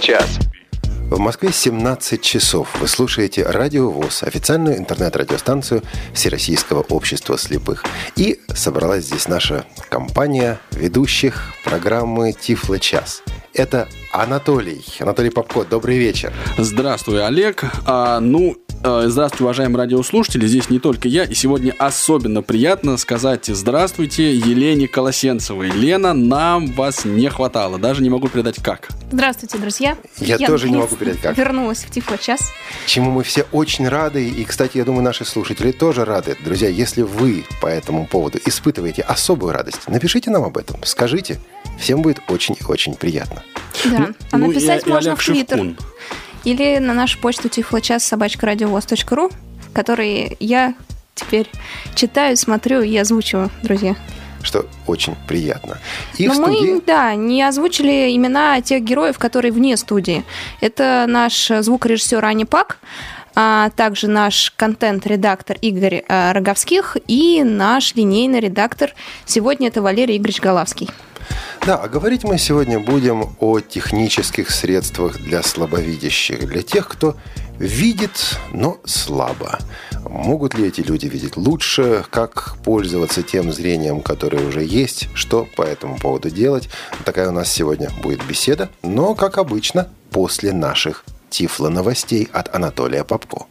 час. В Москве 17 часов. Вы слушаете Радио ВОС, официальную интернет-радиостанцию Всероссийского общества слепых. И собралась здесь наша компания ведущих программы «Тифло-час». Это Анатолий Попко. Добрый вечер. Здравствуй, Олег. Здравствуйте, уважаемые радиослушатели. Здесь не только я. И сегодня особенно приятно сказать здравствуйте Елене Колосенцевой. Лена, нам вас не хватало. Даже не могу передать как. Здравствуйте, друзья. Я тоже не могу передать как. Вернулась в Тифло-час. Чему мы все очень рады. И, кстати, я думаю, наши слушатели тоже рады. Друзья, если вы по этому поводу испытываете особую радость, напишите нам об этом. Скажите. Всем будет очень-очень приятно. Да. А написать можно в Твиттер. Шевкун. Или на нашу почту tifloчас@radiovos.ru, который я теперь читаю, смотрю и озвучиваю, друзья. Что очень приятно. И но в студии... мы, не озвучили имена тех героев, которые вне студии. Это наш звукорежиссер Аня Пак, а также наш контент-редактор Игорь Роговских и наш линейный редактор сегодня это Валерий Игоревич Голавский. Да, а говорить мы сегодня будем о технических средствах для слабовидящих, для тех, кто видит, но слабо. Могут ли эти люди видеть лучше, как пользоваться тем зрением, которое уже есть, что по этому поводу делать. Такая у нас сегодня будет беседа, но, как обычно, после наших Тифло-новостей от Анатолия Попко.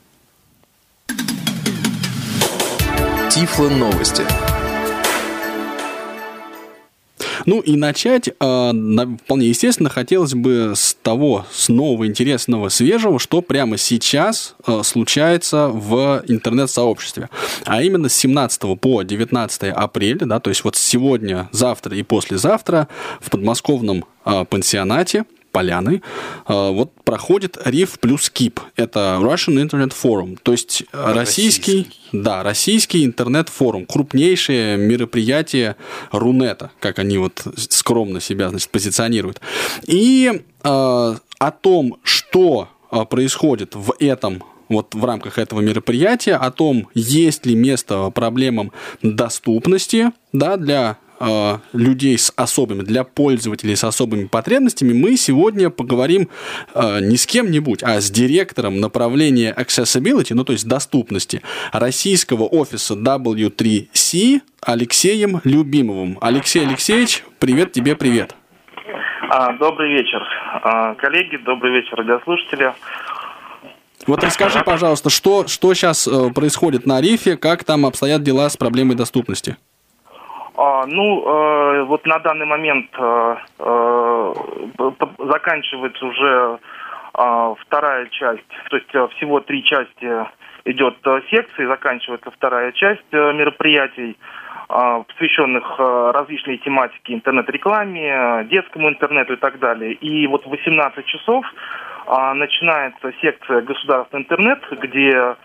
Тифло-новости. И начать вполне естественно хотелось бы с нового, интересного, свежего, что прямо сейчас случается в интернет-сообществе. А именно с 17 по 19 апреля, то есть вот сегодня, завтра и послезавтра в подмосковном пансионате Поляны проходит RIF плюс KIP. Это Russian Internet Forum. То есть российский интернет-форум. Крупнейшее мероприятие Рунета, как они скромно себя позиционируют. И о том, что происходит в рамках этого мероприятия, о том, есть ли место проблемам доступности для людей для пользователей с особыми потребностями, мы сегодня поговорим не с кем-нибудь, а с директором направления Accessibility, то есть доступности, российского офиса W3C Алексеем Любимовым. Алексей Алексеевич, привет тебе, привет. Добрый вечер, коллеги, добрый вечер, радиослушатели. Расскажи, пожалуйста, что сейчас происходит на РИФе, как там обстоят дела с проблемой доступности? На данный момент заканчивается уже вторая часть, то есть всего 3 части идет секции, заканчивается вторая часть мероприятий, посвященных различной тематике, интернет-рекламе, детскому интернету и так далее. И в 18 часов начинается секция «Государственный интернет», где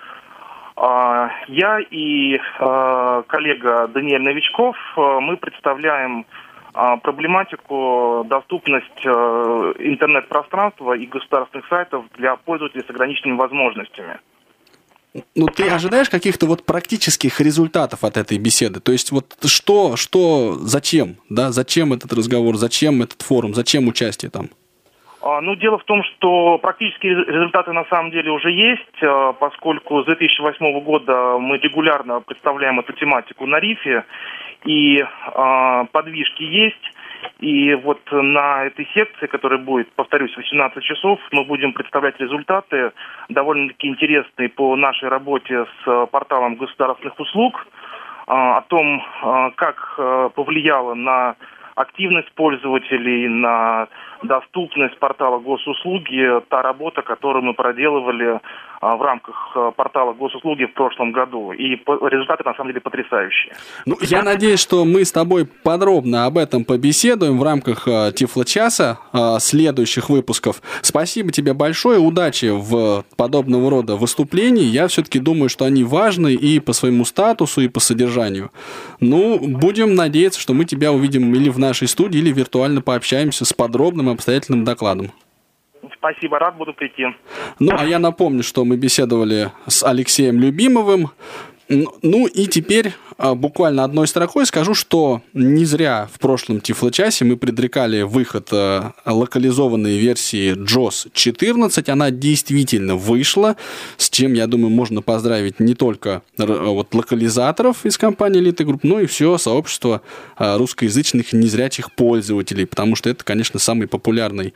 я и коллега Даниэль Новичков, мы представляем проблематику доступность интернет-пространства и государственных сайтов для пользователей с ограниченными возможностями. Ты ожидаешь каких-то практических результатов от этой беседы? То есть зачем? Зачем этот разговор, зачем этот форум, зачем участие там? Дело в том, что практические результаты на самом деле уже есть, поскольку с 2008 года мы регулярно представляем эту тематику на РИФе, и подвижки есть. И на этой секции, которая будет, повторюсь, 18 часов, мы будем представлять результаты довольно-таки интересные по нашей работе с порталом государственных услуг, о том, как повлияло на активность пользователей, на доступность портала госуслуги, та работа, которую мы проделывали в рамках портала госуслуги в прошлом году. И результаты, на самом деле, потрясающие. Я надеюсь, что мы с тобой подробно об этом побеседуем в рамках Тифло-часа следующих выпусков. Спасибо тебе большое, удачи в подобного рода выступлении. Я все-таки думаю, что они важны и по своему статусу, и по содержанию. Будем надеяться, что мы тебя увидим или в нашей студии, или виртуально пообщаемся с подробным и обстоятельным докладом. Спасибо, рад буду прийти. А я напомню, что мы беседовали с Алексеем Любимовым, Ну и теперь буквально одной строкой скажу, что не зря в прошлом Тифлочасе мы предрекали выход локализованной версии JOS 14. Она действительно вышла, с чем, я думаю, можно поздравить не только вот локализаторов из компании Elite Group, но и все сообщество русскоязычных незрячих пользователей, потому что это, конечно, самая популярная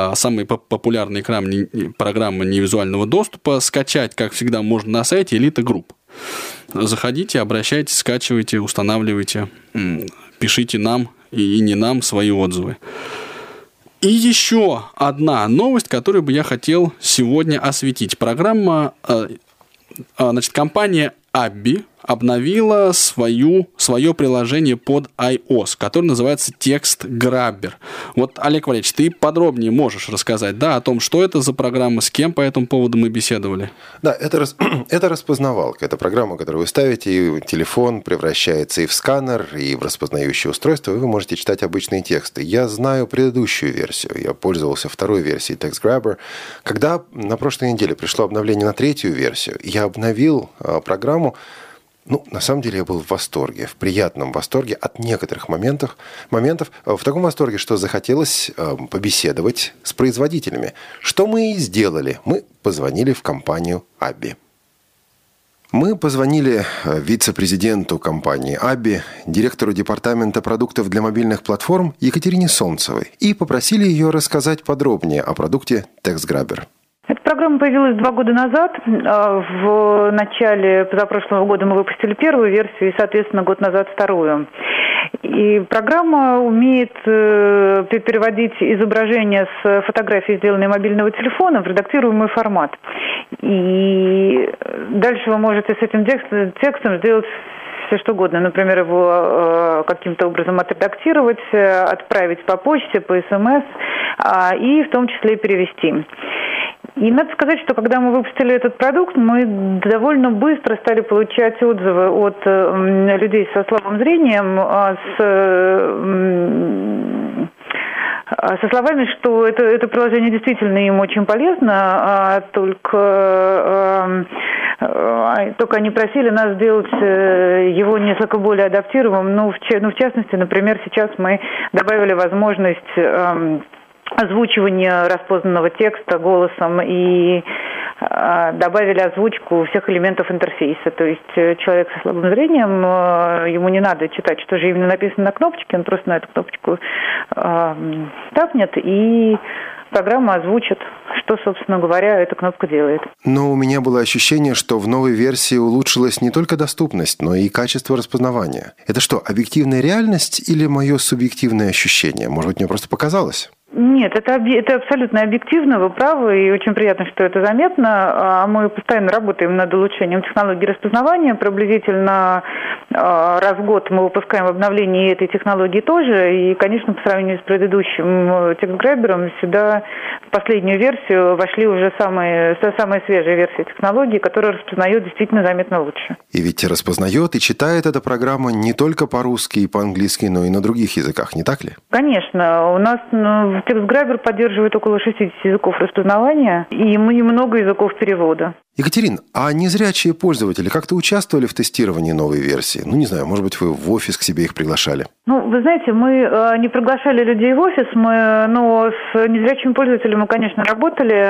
программа невизуального доступа. Скачать, как всегда, можно на сайте Elite Group. Заходите, обращайтесь, скачивайте, устанавливайте, пишите нам и не нам свои отзывы. И еще одна новость, которую бы я хотел сегодня осветить. Компания Abby обновила свое приложение под iOS, которое называется TextGrabber. Вот, Олег Валерьевич, ты подробнее можешь рассказать, да, о том, что это за программа, с кем по этому поводу мы беседовали? Да, это распознавалка. Это программа, которую вы ставите, и телефон превращается и в сканер, и в распознающее устройство, и вы можете читать обычные тексты. Я знаю предыдущую версию. Я пользовался второй версией TextGrabber. Когда на прошлой неделе пришло обновление на третью версию, я обновил программу. На самом деле я был в восторге, в приятном восторге от некоторых моментов, в таком восторге, что захотелось побеседовать с производителями. Что мы и сделали. Мы позвонили в компанию Abby. Мы позвонили вице-президенту компании Abby, директору департамента продуктов для мобильных платформ Екатерине Солнцевой и попросили ее рассказать подробнее о продукте TextGrabber. Эта программа появилась 2 года назад. В начале позапрошлого года мы выпустили первую версию и, соответственно, год назад вторую. И программа умеет переводить изображения с фотографий, сделанные мобильного телефона, в редактируемый формат. И дальше вы можете с этим текстом сделать все что угодно. Например, его каким-то образом отредактировать, отправить по почте, по СМС, и в том числе перевести. И надо сказать, что когда мы выпустили этот продукт, мы довольно быстро стали получать отзывы от людей со слабым зрением, со словами, что это приложение действительно им очень полезно, только они просили нас сделать его несколько более адаптируемым. В частности, например, сейчас мы добавили возможность озвучивание распознанного текста голосом и добавили озвучку всех элементов интерфейса. То есть человек со слабым зрением, ему не надо читать, что же именно написано на кнопочке, он просто на эту кнопочку тапнет, и программа озвучит, что, собственно говоря, эта кнопка делает. Но у меня было ощущение, что в новой версии улучшилась не только доступность, но и качество распознавания. Это что, объективная реальность или мое субъективное ощущение? Может быть, мне просто показалось? Нет, это абсолютно объективно, вы правы, и очень приятно, что это заметно. Мы постоянно работаем над улучшением технологии распознавания. Приблизительно раз в год мы выпускаем обновление этой технологии тоже. И, конечно, по сравнению с предыдущим TextGrabber, сюда в последнюю версию вошли уже самые свежие версии технологии, которые распознают действительно заметно лучше. И ведь распознает и читает эта программа не только по-русски и по-английски, но и на других языках, не так ли? Конечно. У нас TextGrabber поддерживает около 60 языков распознавания и много языков перевода. Екатерина, а незрячие пользователи как-то участвовали в тестировании новой версии? Не знаю, может быть, вы в офис к себе их приглашали? Вы знаете, мы не приглашали людей в офис, но с незрячими пользователями мы, конечно, работали.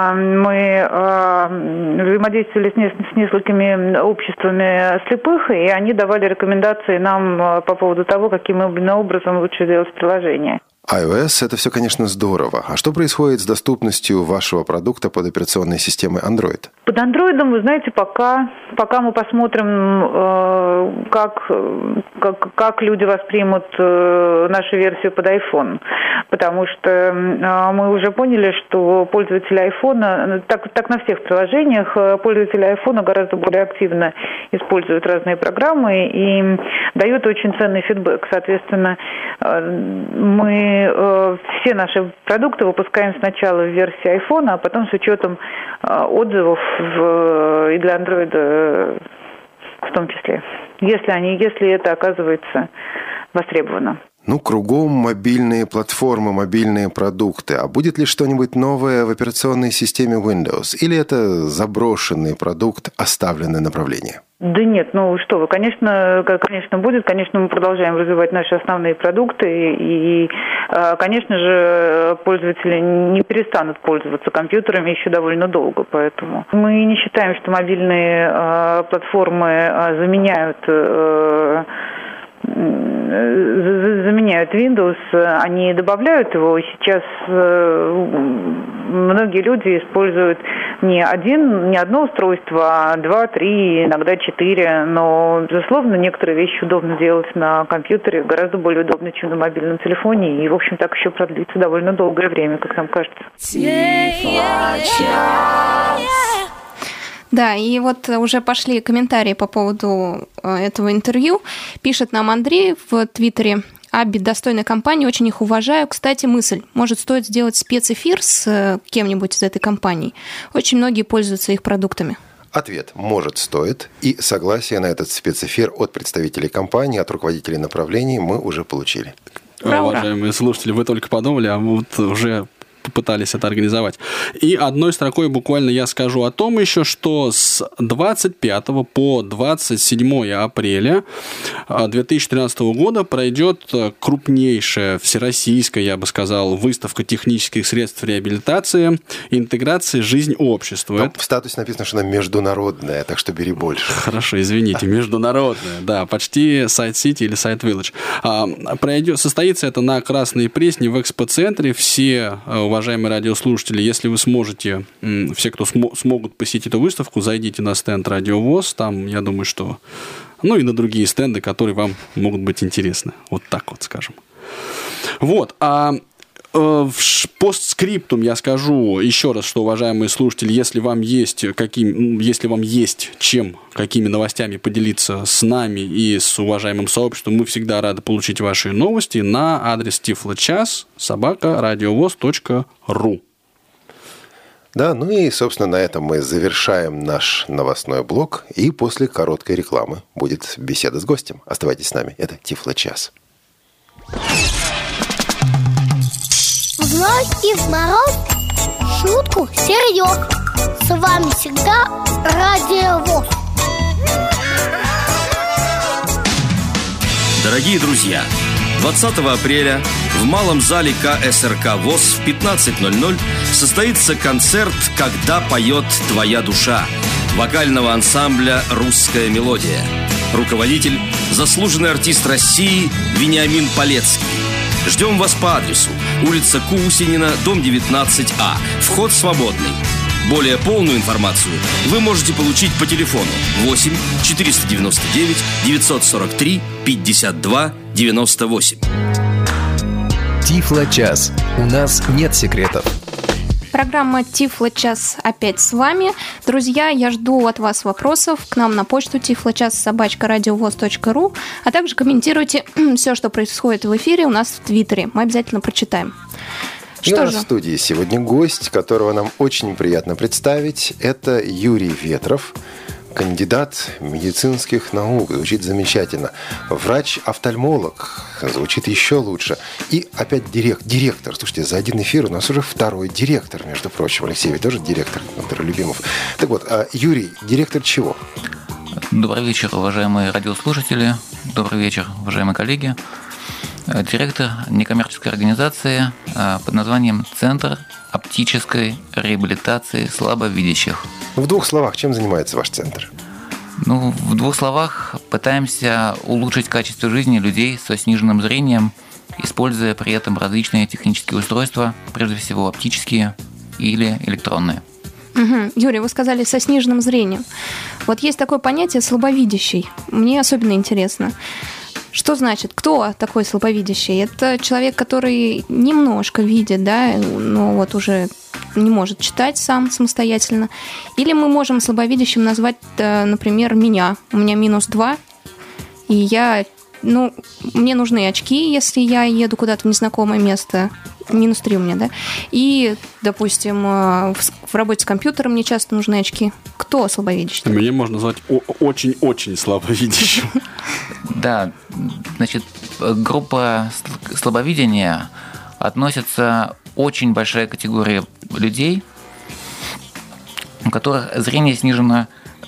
Мы взаимодействовали с несколькими обществами слепых, и они давали рекомендации нам по поводу того, каким образом лучше сделать приложение. iOS – это все, конечно, здорово. А что происходит с доступностью вашего продукта под операционной системой Android? Под Android, вы знаете, пока мы посмотрим, как люди воспримут нашу версию под iPhone. Потому что мы уже поняли, что пользователи iPhone, так на всех приложениях, пользователи iPhone гораздо более активно используют разные программы и дают очень ценный фидбэк. Соответственно, мы все наши продукты выпускаем сначала в версии iPhone, а потом с учетом отзывов и для Android в том числе, если это оказывается востребовано. кругом мобильные платформы, мобильные продукты. А будет ли что-нибудь новое в операционной системе Windows? Или это заброшенный продукт, оставленное направление? Да нет, что вы, конечно будет, конечно, мы продолжаем развивать наши основные продукты, и, конечно же, пользователи не перестанут пользоваться компьютерами еще довольно долго, поэтому мы не считаем, что мобильные платформы заменяют Windows, они добавляют его. Сейчас многие люди используют не одно устройство, а 2, 3, иногда 4. Но, безусловно, некоторые вещи удобно делать на компьютере, гораздо более удобно, чем на мобильном телефоне. И, в общем, так еще продлится довольно долгое время, как нам кажется. Да, и вот уже пошли комментарии по поводу этого интервью. Пишет нам Андрей в Твиттере: Абби достойная компания, очень их уважаю. Кстати, мысль, может, стоит сделать спецэфир с кем-нибудь из этой компании? Очень многие пользуются их продуктами. Ответ: может, стоит. И согласие на этот спецэфир от представителей компании, от руководителей направлений мы уже получили. Ура, уважаемые слушатели, вы только подумали, а мы вот уже попытались это организовать. И одной строкой буквально я скажу о том еще, что с 25 по 27 апреля 2013 года пройдет крупнейшая всероссийская, я бы сказал, выставка технических средств реабилитации и интеграции «Жизнь общества». Там в статусе написано, что она международная, так что бери больше. Хорошо, извините, международная, да, почти сайт-сити или сайт-вилледж. Состоится это на Красной Пресне в экспоцентре. Все уважаемые радиослушатели, если вы сможете, все, кто смогут посетить эту выставку, зайдите на стенд Радио ВОС, там, я думаю, что... и на другие стенды, которые вам могут быть интересны. Вот так вот скажем. Вот, в постскриптум я скажу еще раз, что, уважаемые слушатели, если вам есть какими новостями поделиться с нами и с уважаемым сообществом, мы всегда рады получить ваши новости на адрес tifloчас@radiovoz.ru. Да, и, собственно, на этом мы завершаем наш новостной блок, и после короткой рекламы будет беседа с гостем. Оставайтесь с нами, это Тифлочас. Зной и в мороз шутку серьез. С вами всегда Радио ВОС. Дорогие друзья, 20 апреля в малом зале КСРК ВОС в 15:00 состоится концерт «Когда поет твоя душа» вокального ансамбля «Русская мелодия». Руководитель – заслуженный артист России Вениамин Полецкий. Ждем вас по адресу: улица Кусинина, дом 19А. Вход свободный. Более полную информацию вы можете получить по телефону 8 499 943 52 98. Тифлочас. У нас нет секретов. Программа «Тифлочас» опять с вами. Друзья, я жду от вас вопросов к нам на почту tifloчас@radiovoz.ru, а также комментируйте все, что происходит в эфире у нас в Твиттере. Мы обязательно прочитаем. И у нас в студии сегодня гость, которого нам очень приятно представить. Это Юрий Ветров, кандидат медицинских наук. Звучит замечательно. Врач-офтальмолог. Звучит еще лучше. И опять директор. Слушайте, за один эфир у нас уже второй директор, между прочим. Алексей ведь тоже директор, Анатолий Любимов. Так вот, Юрий, директор чего? Добрый вечер, уважаемые радиослушатели. Добрый вечер, уважаемые коллеги. Директор некоммерческой организации под названием «Центр оптической реабилитации слабовидящих». В двух словах, чем занимается ваш центр? В двух словах пытаемся улучшить качество жизни людей со сниженным зрением, используя при этом различные технические устройства, прежде всего оптические или электронные. Юрий, вы сказали со сниженным зрением. Вот есть такое понятие «слабовидящий». Мне особенно интересно. Что значит? Кто такой слабовидящий? Это человек, который немножко видит, да, но вот уже не может читать сам самостоятельно. Или мы можем слабовидящим назвать, например, меня. У меня -2, и мне нужны очки, если я еду куда-то в незнакомое место. минус 3 у меня, да. И, допустим, в работе с компьютером мне часто нужны очки. Кто слабовидящий? Меня можно назвать очень-очень слабовидящим. Да, значит, группа слабовидения относится очень большая категория людей, у которых зрение снижено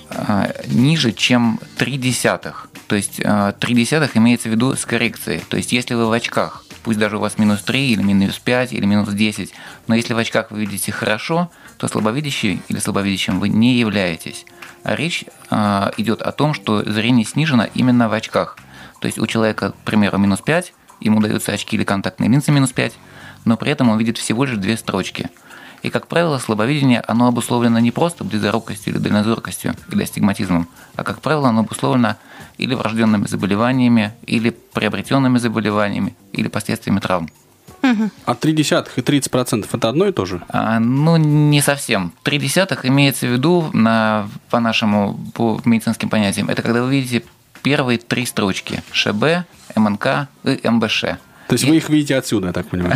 ниже, чем 0,3. То есть 0,3 имеется в виду с коррекцией. То есть если вы в очках, пусть даже у вас минус 3 или минус 5 или минус 10, но если в очках вы видите хорошо, то слабовидящий или слабовидящим вы не являетесь. А речь идет о том, что зрение снижено именно в очках. То есть у человека, к примеру, минус 5, ему даются очки или контактные линзы минус 5, но при этом он видит всего лишь 2 строчки. И, как правило, слабовидение, оно обусловлено не просто близорукостью или дальнозоркостью, или астигматизмом, а, как правило, оно обусловлено или врожденными заболеваниями, или приобретенными заболеваниями, или последствиями травм. А 0,3 и 30% это одно и то же? Ну, не совсем. 0,3 имеется в виду, по медицинским понятиям, это когда вы видите первые 3 строчки – ШБ, МНК и МБШ. То есть вы их видите отсюда, я так понимаю?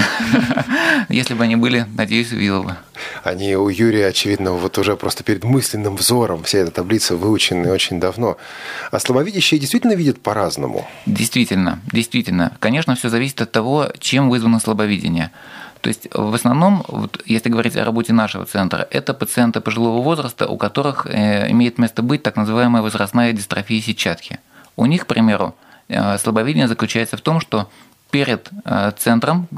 Если бы они были, надеюсь, увидел бы. Они у Юрия, очевидно, вот уже просто перед мысленным взором вся эта таблица выучены очень давно. А слабовидящие действительно видят по-разному? Действительно. Конечно, все зависит от того, чем вызвано слабовидение. То есть, в основном, вот, если говорить о работе нашего центра, это пациенты пожилого возраста, у которых имеет место быть так называемая возрастная дистрофия сетчатки. У них, к примеру, слабовидение заключается в том, что перед центром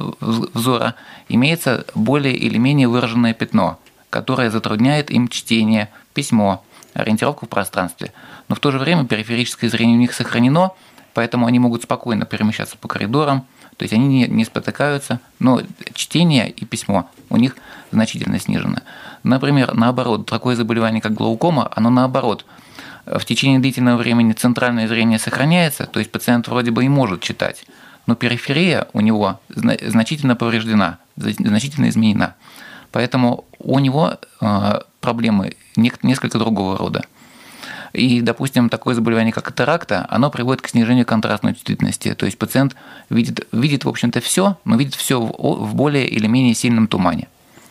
взора имеется более или менее выраженное пятно, которое затрудняет им чтение, письмо, ориентировку в пространстве. Но в то же время периферическое зрение у них сохранено, поэтому они могут спокойно перемещаться по коридорам, то есть они не спотыкаются, но чтение и письмо у них значительно снижено. Например, наоборот, такое заболевание, как глаукома, оно наоборот. В течение длительного времени центральное зрение сохраняется, то есть пациент вроде бы и может читать, но периферия у него значительно повреждена, значительно изменена. Поэтому у него проблемы несколько другого рода. И, допустим, такое заболевание, как катаракта, оно приводит к снижению контрастной чувствительности. То есть пациент видит в общем-то, все, но видит все в более или менее сильном тумане.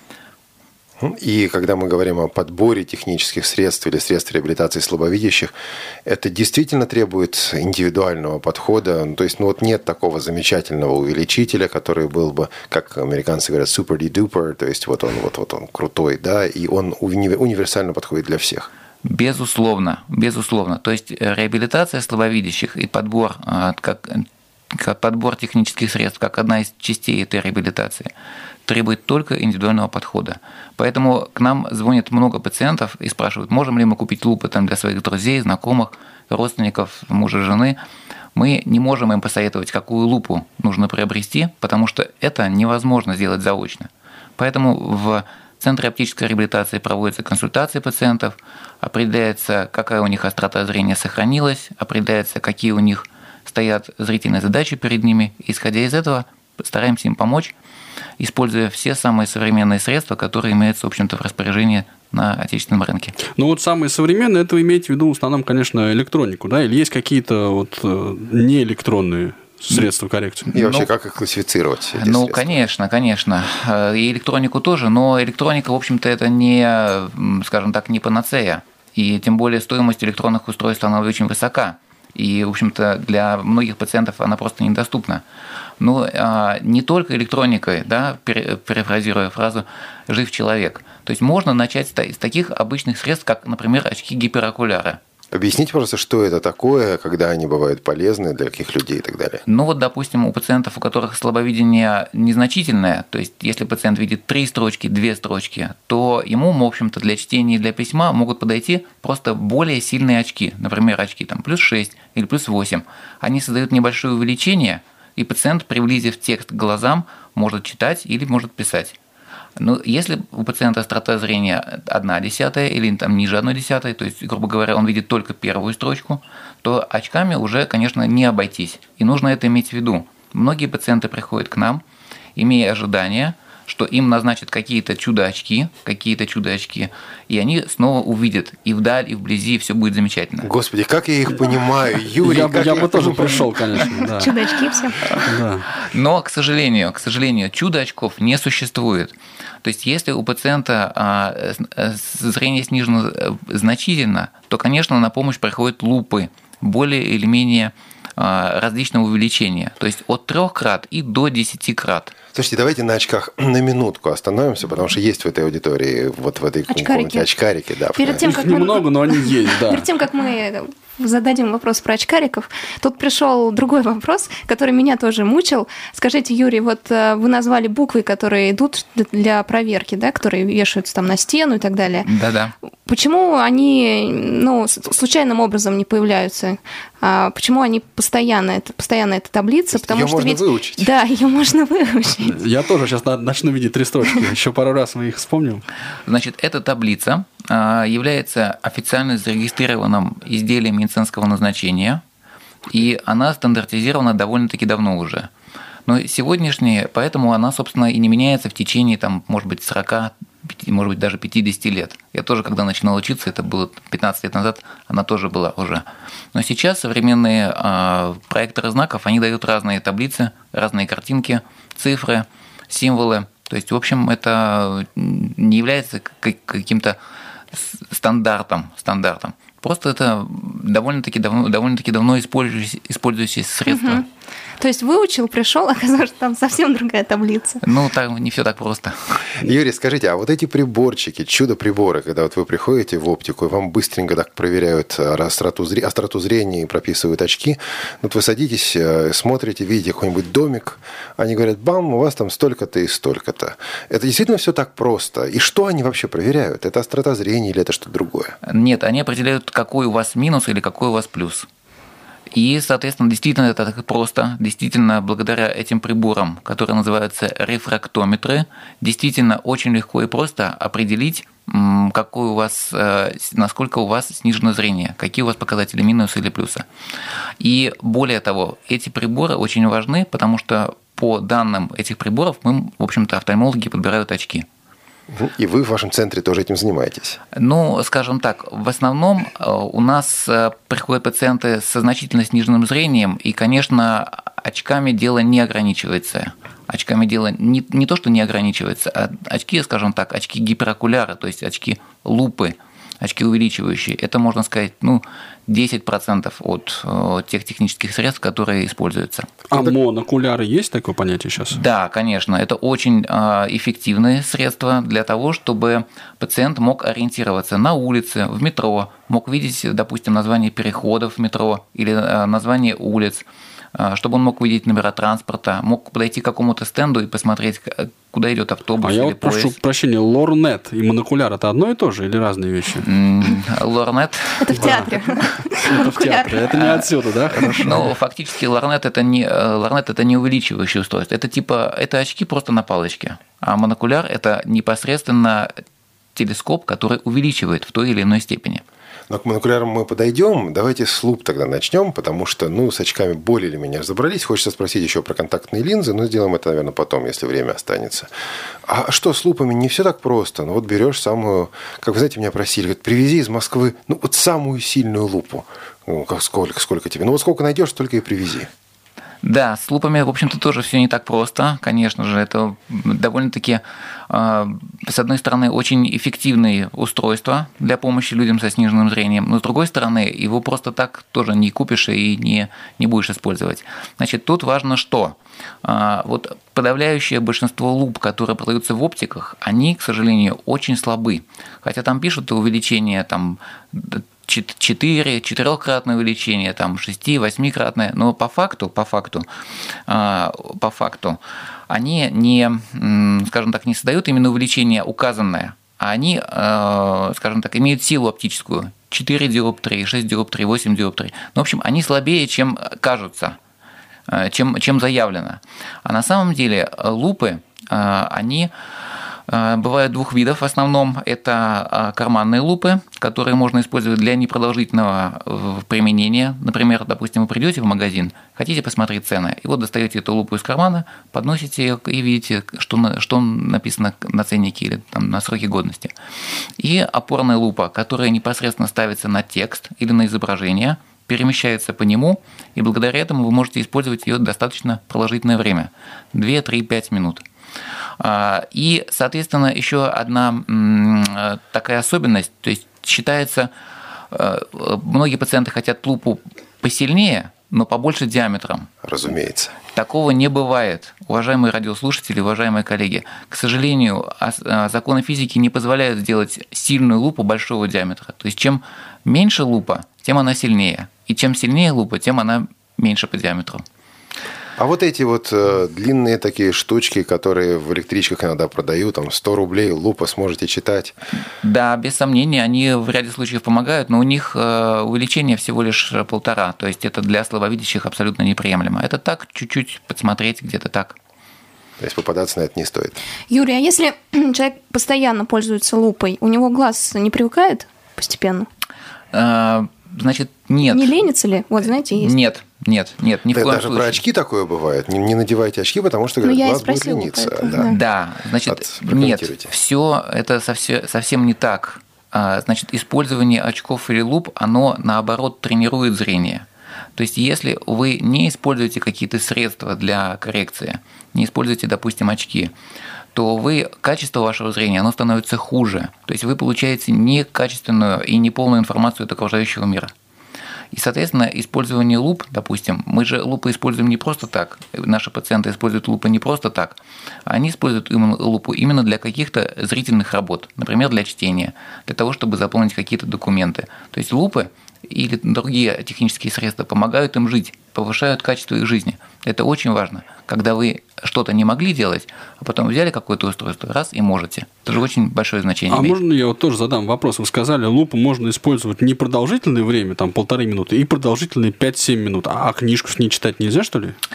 И когда мы говорим о подборе технических средств или средств реабилитации слабовидящих, это действительно требует индивидуального подхода. То есть, нет такого замечательного увеличителя, который был бы, как американцы говорят, super-de-duper, то есть вот он крутой, да, и он универсально подходит для всех. Безусловно. То есть реабилитация слабовидящих и подбор, как подбор технических средств, как одна из частей этой реабилитации, требует только индивидуального подхода. Поэтому к нам звонит много пациентов и спрашивают, можем ли мы купить лупы для своих друзей, знакомых, родственников, мужа, жены. Мы не можем им посоветовать, какую лупу нужно приобрести, потому что это невозможно сделать заочно. Поэтому в Центре оптической реабилитации проводятся консультации пациентов, определяется, какая у них острота зрения сохранилась, определяется, какие у них стоят зрительные задачи перед ними. И, исходя из этого, стараемся им помочь, используя все самые современные средства, которые имеются, в общем-то, в распоряжении на отечественном рынке. Самые современные, это вы имеете в виду в основном, конечно, электронику, да? Или есть какие-то неэлектронные средства коррекции? И вообще, как их классифицировать? Конечно. И электронику тоже, но электроника, в общем-то, это не, скажем так, не панацея. И тем более стоимость электронных устройств, она очень высока. И, в общем-то, для многих пациентов она просто недоступна. Не только электроникой, да, перефразируя фразу «жив человек». То есть можно начать с таких обычных средств, как, например, очки-гиперокуляры. Объясните, пожалуйста, что это такое, когда они бывают полезны для каких людей и так далее? Допустим, у пациентов, у которых слабовидение незначительное, то есть если пациент видит 3 строчки, 2 строчки, то ему, в общем-то, для чтения и для письма могут подойти просто более сильные очки. Например, очки плюс 6 или плюс 8. Они создают небольшое увеличение, и пациент, приблизив текст к глазам, может читать или может писать. Если у пациента острота зрения 1/10 или ниже 1/10, то есть, грубо говоря, он видит только первую строчку, то очками уже, конечно, не обойтись. И нужно это иметь в виду. Многие пациенты приходят к нам, имея ожидания, что им назначат какие-то чудо-очки, и они снова увидят и вдаль, и вблизи, все будет замечательно. Господи, как я их понимаю, Юрий. Я бы тоже пришел, конечно. Да. Чудо-очки все. Да. Но, к сожалению, чудо-очков не существует. То есть, если у пациента зрение снижено значительно, то, конечно, на помощь приходят лупы более или менее различного увеличения. То есть, от 3 крат и до 10 крат. Слушайте, давайте на очках на минутку остановимся, потому что есть в этой аудитории, вот в этой комнате очкарики. Да, Перед тем, как немного, но они есть, да. Перед тем, как мы зададим вопрос про очкариков, тут пришел другой вопрос, который меня тоже мучил. Скажите, Юрий, вот вы назвали буквы, которые идут для проверки, да, которые вешаются там на стену и так далее. Да-да. Почему они случайным образом не появляются? Почему они постоянно эта таблица? Потому ее что можно выучить. Да, ее можно выучить. Я тоже сейчас начну видеть 3 строчки. Еще пару раз мы их вспомним. Значит, эта таблица является официально зарегистрированным изделием медицинского назначения, и она стандартизирована довольно-таки давно уже. Но сегодняшняя, поэтому она, собственно, и не меняется в течение, может быть, 40, может быть, даже 50 лет. Я тоже, когда начинал учиться, это было 15 лет назад, она тоже была уже. Но сейчас современные проекторы знаков, они дают разные таблицы, разные картинки, цифры, символы. То есть, в общем, это не является каким-то стандартом. Просто это довольно-таки давно использующееся средство. Угу. То есть выучил, пришел, оказалось, что там совсем другая таблица. Там не все так просто. Юрий, скажите, а вот эти приборчики, чудо-приборы, когда вот вы приходите в оптику, и вам быстренько так проверяют остроту зрения и прописывают очки, вот вы садитесь, смотрите, видите какой-нибудь домик, они говорят, бам, у вас там столько-то и столько-то. Это действительно все так просто? И что они вообще проверяют? Это острота зрения или это что-то другое? Нет, они определяют, какой у вас минус или какой у вас плюс. И, соответственно, действительно это так просто. Действительно, благодаря этим приборам, которые называются рефрактометры, действительно очень легко и просто определить, насколько у вас снижено зрение, какие у вас показатели минуса или плюса. И более того, эти приборы очень важны, потому что по данным этих приборов мы, в общем-то, офтальмологи подбирают очки. И вы в вашем центре тоже этим занимаетесь? Скажем так, в основном у нас приходят пациенты со значительно сниженным зрением, и, конечно, очками дело не ограничивается. Очками дело не то, что не ограничивается, а очки, скажем так, очки гиперокуляра, то есть очки лупы, очки увеличивающие. Это, можно сказать, 10% от тех технических средств, которые используются. А монокуляры есть такое понятие сейчас? Да, конечно. Это очень эффективные средства для того, чтобы пациент мог ориентироваться на улице, в метро, мог видеть, допустим, название переходов в метро или название улиц, чтобы он мог увидеть номера транспорта, мог подойти к какому-то стенду и посмотреть, куда идет автобус или поезд. Прошу прощения, лорнет и монокуляр – это одно и то же или разные вещи? Лорнет… Это в театре. Это в театре, это не отсюда, да? Хорошо. Фактически лорнет – это не увеличивающее устройство, это очки просто на палочке, а монокуляр – это непосредственно телескоп, который увеличивает в той или иной степени. Но к монокулярам мы подойдем. Давайте с луп тогда начнем, потому что, с очками более или менее разобрались. Хочется спросить еще про контактные линзы, но сделаем это, наверное, потом, если время останется. А что с лупами? Не все так просто. Берешь самую, как вы знаете, меня просили, говорят, привези из Москвы, самую сильную лупу. Сколько тебе? Сколько найдешь, столько и привези. Да, с лупами, в общем-то, тоже все не так просто. Конечно же, это довольно-таки, с одной стороны, очень эффективные устройства для помощи людям со сниженным зрением, но с другой стороны, его просто так тоже не купишь и не будешь использовать. Значит, тут важно что? Подавляющее большинство луп, которые продаются в оптиках, они, к сожалению, очень слабы. Хотя там пишут увеличение 4-кратное увеличение, 6-8-кратное, но по факту они не создают именно увеличение указанное, а они, имеют силу оптическую 4 диоптрии, 6 диоптрий, 8 диоптрий. В общем, они слабее, чем кажутся, чем заявлено. А на самом деле лупы, они Бывают двух видов в основном. Это карманные лупы, которые можно использовать для непродолжительного применения. Например, допустим, вы придете в магазин, хотите посмотреть цены, и вот достаете эту лупу из кармана, подносите ее и видите, что написано на ценнике или там, на сроке годности. И опорная лупа, которая непосредственно ставится на текст или на изображение, перемещается по нему, и благодаря этому вы можете использовать ее достаточно продолжительное время – 2, 3, 5 минут. И, соответственно, еще одна такая особенность, то есть считается, многие пациенты хотят лупу посильнее, но побольше диаметром. Разумеется. Такого не бывает, уважаемые радиослушатели, уважаемые коллеги. К сожалению, законы физики не позволяют сделать сильную лупу большого диаметра. То есть чем меньше лупа, тем она сильнее. И чем сильнее лупа, тем она меньше по диаметру. А вот эти вот длинные такие штучки, которые в электричках иногда продают, там 100 рублей, лупа, сможете читать. Да, без сомнения, они в ряде случаев помогают, но у них увеличение всего лишь 1,5. То есть это для слабовидящих абсолютно неприемлемо. Это так, чуть-чуть подсмотреть, где-то так. То есть попадаться на это не стоит. Юрий, а если человек постоянно пользуется лупой, у него глаз не привыкает постепенно? Значит, нет. Не ленится ли? Вот, знаете, есть. Нет, ни в коем Даже случае. про очки такое бывает. Не надевайте очки, потому что, говорят, глаз будет лениться. Поэтому, да, значит, нет, все это совсем не так. Значит, использование очков или луп, оно, наоборот, тренирует зрение. То есть, если вы не используете какие-то средства для коррекции, не используете, допустим, очки, то качество вашего зрения, оно становится хуже. То есть вы получаете некачественную и неполную информацию от окружающего мира. И, соответственно, использование луп, допустим, мы же лупы используем не просто так, наши пациенты используют лупы не просто так, они используют лупу именно для каких-то зрительных работ, например, для чтения, для того, чтобы заполнить какие-то документы. То есть лупы или другие технические средства помогают им жить, повышают качество их жизни. Это очень важно. Когда вы что-то не могли делать, а потом взяли какое-то устройство, раз и можете. Это же очень большое значение имеет. Можно я вот тоже задам вопрос? Вы сказали, лупу можно использовать не продолжительное время, там 1,5 минуты, и продолжительные 5-7 минут. А книжку с ней читать нельзя, что ли?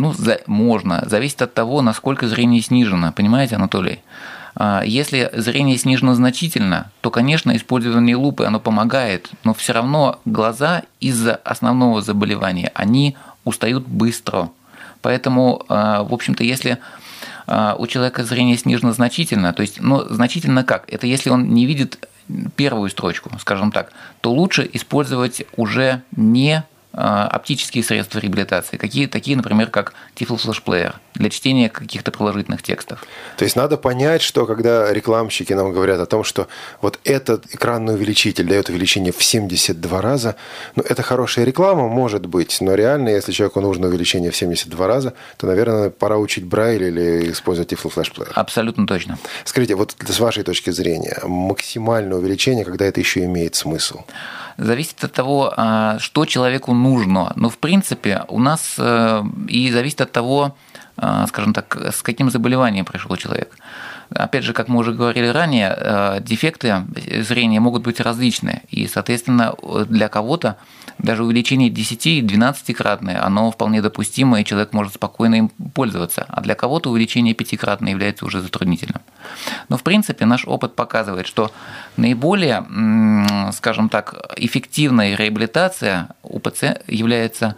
Можно. Зависит от того, насколько зрение снижено. Понимаете, Анатолий? Если зрение снижено значительно, то, конечно, использование лупы оно помогает, но все равно глаза из-за основного заболевания, они устают быстро. Поэтому, в общем-то, если у человека зрение снижено значительно, то есть, значительно как? Это если он не видит первую строчку, скажем так, то лучше использовать уже не оптические средства реабилитации, такие, например, как тифлофлешплеер для чтения каких-то продолжительных текстов. То есть надо понять, что когда рекламщики нам говорят о том, что вот этот экранный увеличитель дает увеличение в 72 раза, это хорошая реклама, может быть, но реально, если человеку нужно увеличение в 72 раза, то, наверное, пора учить Брайль или использовать тифлофлешплеер. Абсолютно точно. Скажите, вот с вашей точки зрения, максимальное увеличение, когда это еще имеет смысл? Зависит от того, что человеку нужно. Но, в принципе, у нас и зависит от того, скажем так, с каким заболеванием пришел человек. Опять же, как мы уже говорили ранее, дефекты зрения могут быть различные. И, соответственно, для кого-то даже увеличение 10-12-кратное, оно вполне допустимо, и человек может спокойно им пользоваться. А для кого-то увеличение 5-кратное является уже затруднительным. Но, в принципе, наш опыт показывает, что наиболее, скажем так, эффективная реабилитация у пациента является...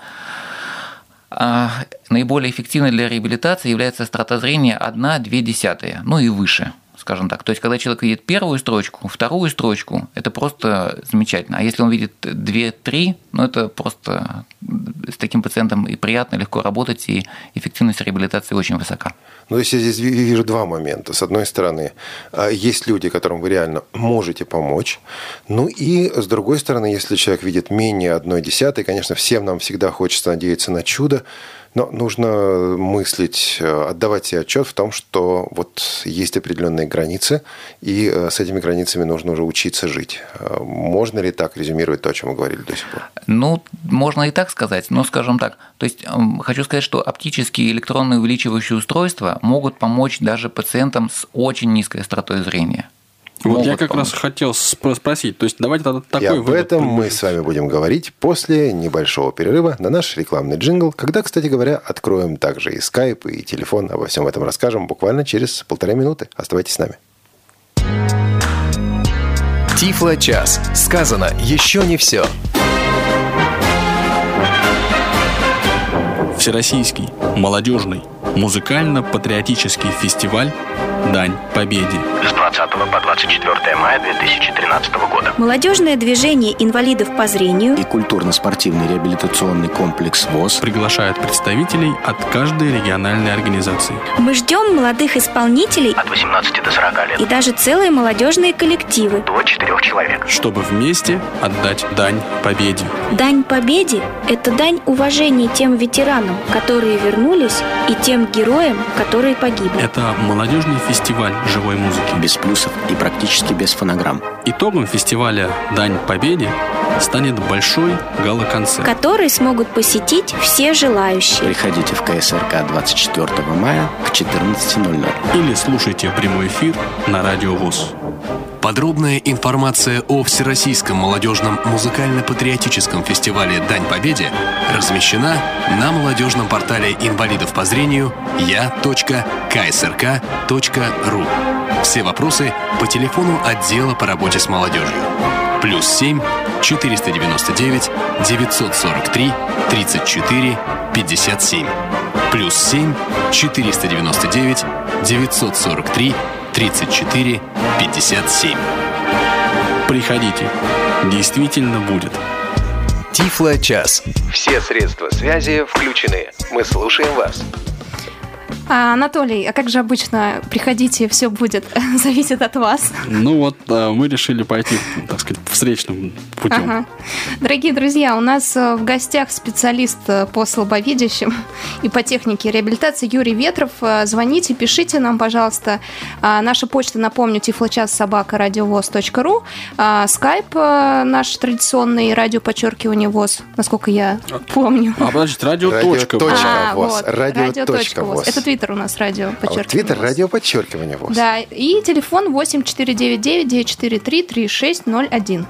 Наиболее эффективной для реабилитации является острота зрения 1/2, и выше, скажем так. То есть, когда человек видит первую строчку, вторую строчку, это просто замечательно. А если он видит 2-3, это просто с таким пациентом и приятно, легко работать, и эффективность реабилитации очень высока. Я здесь вижу два момента. С одной стороны, есть люди, которым вы реально можете помочь. И с другой стороны, если человек видит менее 1/10, конечно, всем нам всегда хочется надеяться на чудо, но нужно мыслить, отдавать себе отчет в том, что вот есть определенные границы, и с этими границами нужно уже учиться жить. Можно ли так резюмировать то, о чем мы говорили до сих пор? Можно и так сказать, но скажем так. То есть хочу сказать, что оптические электронные увеличивающие устройства могут помочь даже пациентам с очень низкой остротой зрения. Вот я как раз хотел спросить, то есть давайте тогда такой вывод. И об этом мы с вами будем говорить после небольшого перерыва на наш рекламный джингл, когда, кстати говоря, откроем также и скайп, и телефон, обо всем этом расскажем буквально через 1,5 минуты. Оставайтесь с нами. Тифло-час. Сказано еще не все. Всероссийский молодежный музыкально-патриотический фестиваль «Дань Победе». С 20 по 24 мая 2013 года. Молодежное движение инвалидов по зрению и культурно-спортивный реабилитационный комплекс ВОС приглашают представителей от каждой региональной организации. Мы ждем молодых исполнителей от 18 до 40 лет и даже целые молодежные коллективы до 4 человек, чтобы вместе отдать дань победе. Дань победе – это дань уважения тем ветеранам, которые вернулись, и тем героям, которые погибли. Это молодежный фестиваль живой музыки. Без плюсов и практически без фонограмм. Итогом фестиваля «Дань Победе» станет большой гала-концерт, который смогут посетить все желающие. Приходите в КСРК 24 мая к 14:00. Или слушайте прямой эфир на Радио ВОС. Подробная информация о Всероссийском молодежном музыкально-патриотическом фестивале «Дань Победе» размещена на молодежном портале инвалидов по зрению я.ksrk.ru. Все вопросы по телефону отдела по работе с молодежью. +7 499 943 34 57. +7 499 943 34 57. Приходите, действительно будет. Тифло-час. Все средства связи включены. Мы слушаем вас. Анатолий, а как же обычно приходите, все будет, зависит от вас? Ну вот, мы решили пойти, так сказать, встречным путем. Ага. Дорогие друзья, у нас в гостях специалист по слабовидящим и по технике реабилитации Юрий Ветров. Звоните, пишите нам, пожалуйста. Наша почта, напомню, tifloчас@радиовоз.ру. Скайп наш традиционный, радио_ВОЗ, насколько я помню. Подождите, радио.ВОЗ. Радио.ВОЗ. Это Твиттер у нас, радио_ВОЗ. Твиттер, радио_ВОЗ. Да, и телефон 8499-943-3601.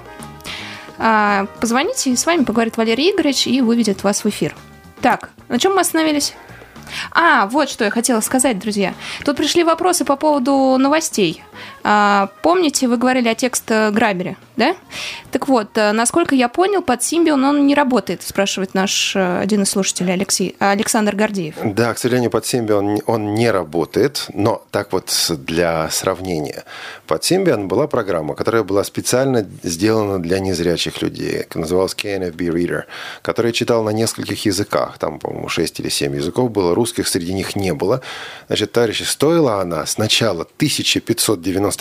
Позвоните, с вами поговорит Валерий Игоревич и выведет вас в эфир. Так, на чем мы остановились? Вот что я хотела сказать, друзья. Тут пришли вопросы по поводу новостей. Помните, вы говорили о текст-грабере, да? Так вот, насколько я понял, под Symbian он не работает, спрашивает наш один из слушателей, Александр Гордеев. Да, к сожалению, под Symbian он не работает, но так вот для сравнения. Под Symbian была программа, которая была специально сделана для незрячих людей, называлась KNFB Reader, которая читала на нескольких языках, там, по-моему, 6 или 7 языков было, русских среди них не было. Значит, товарищи, стоила она сначала $1595.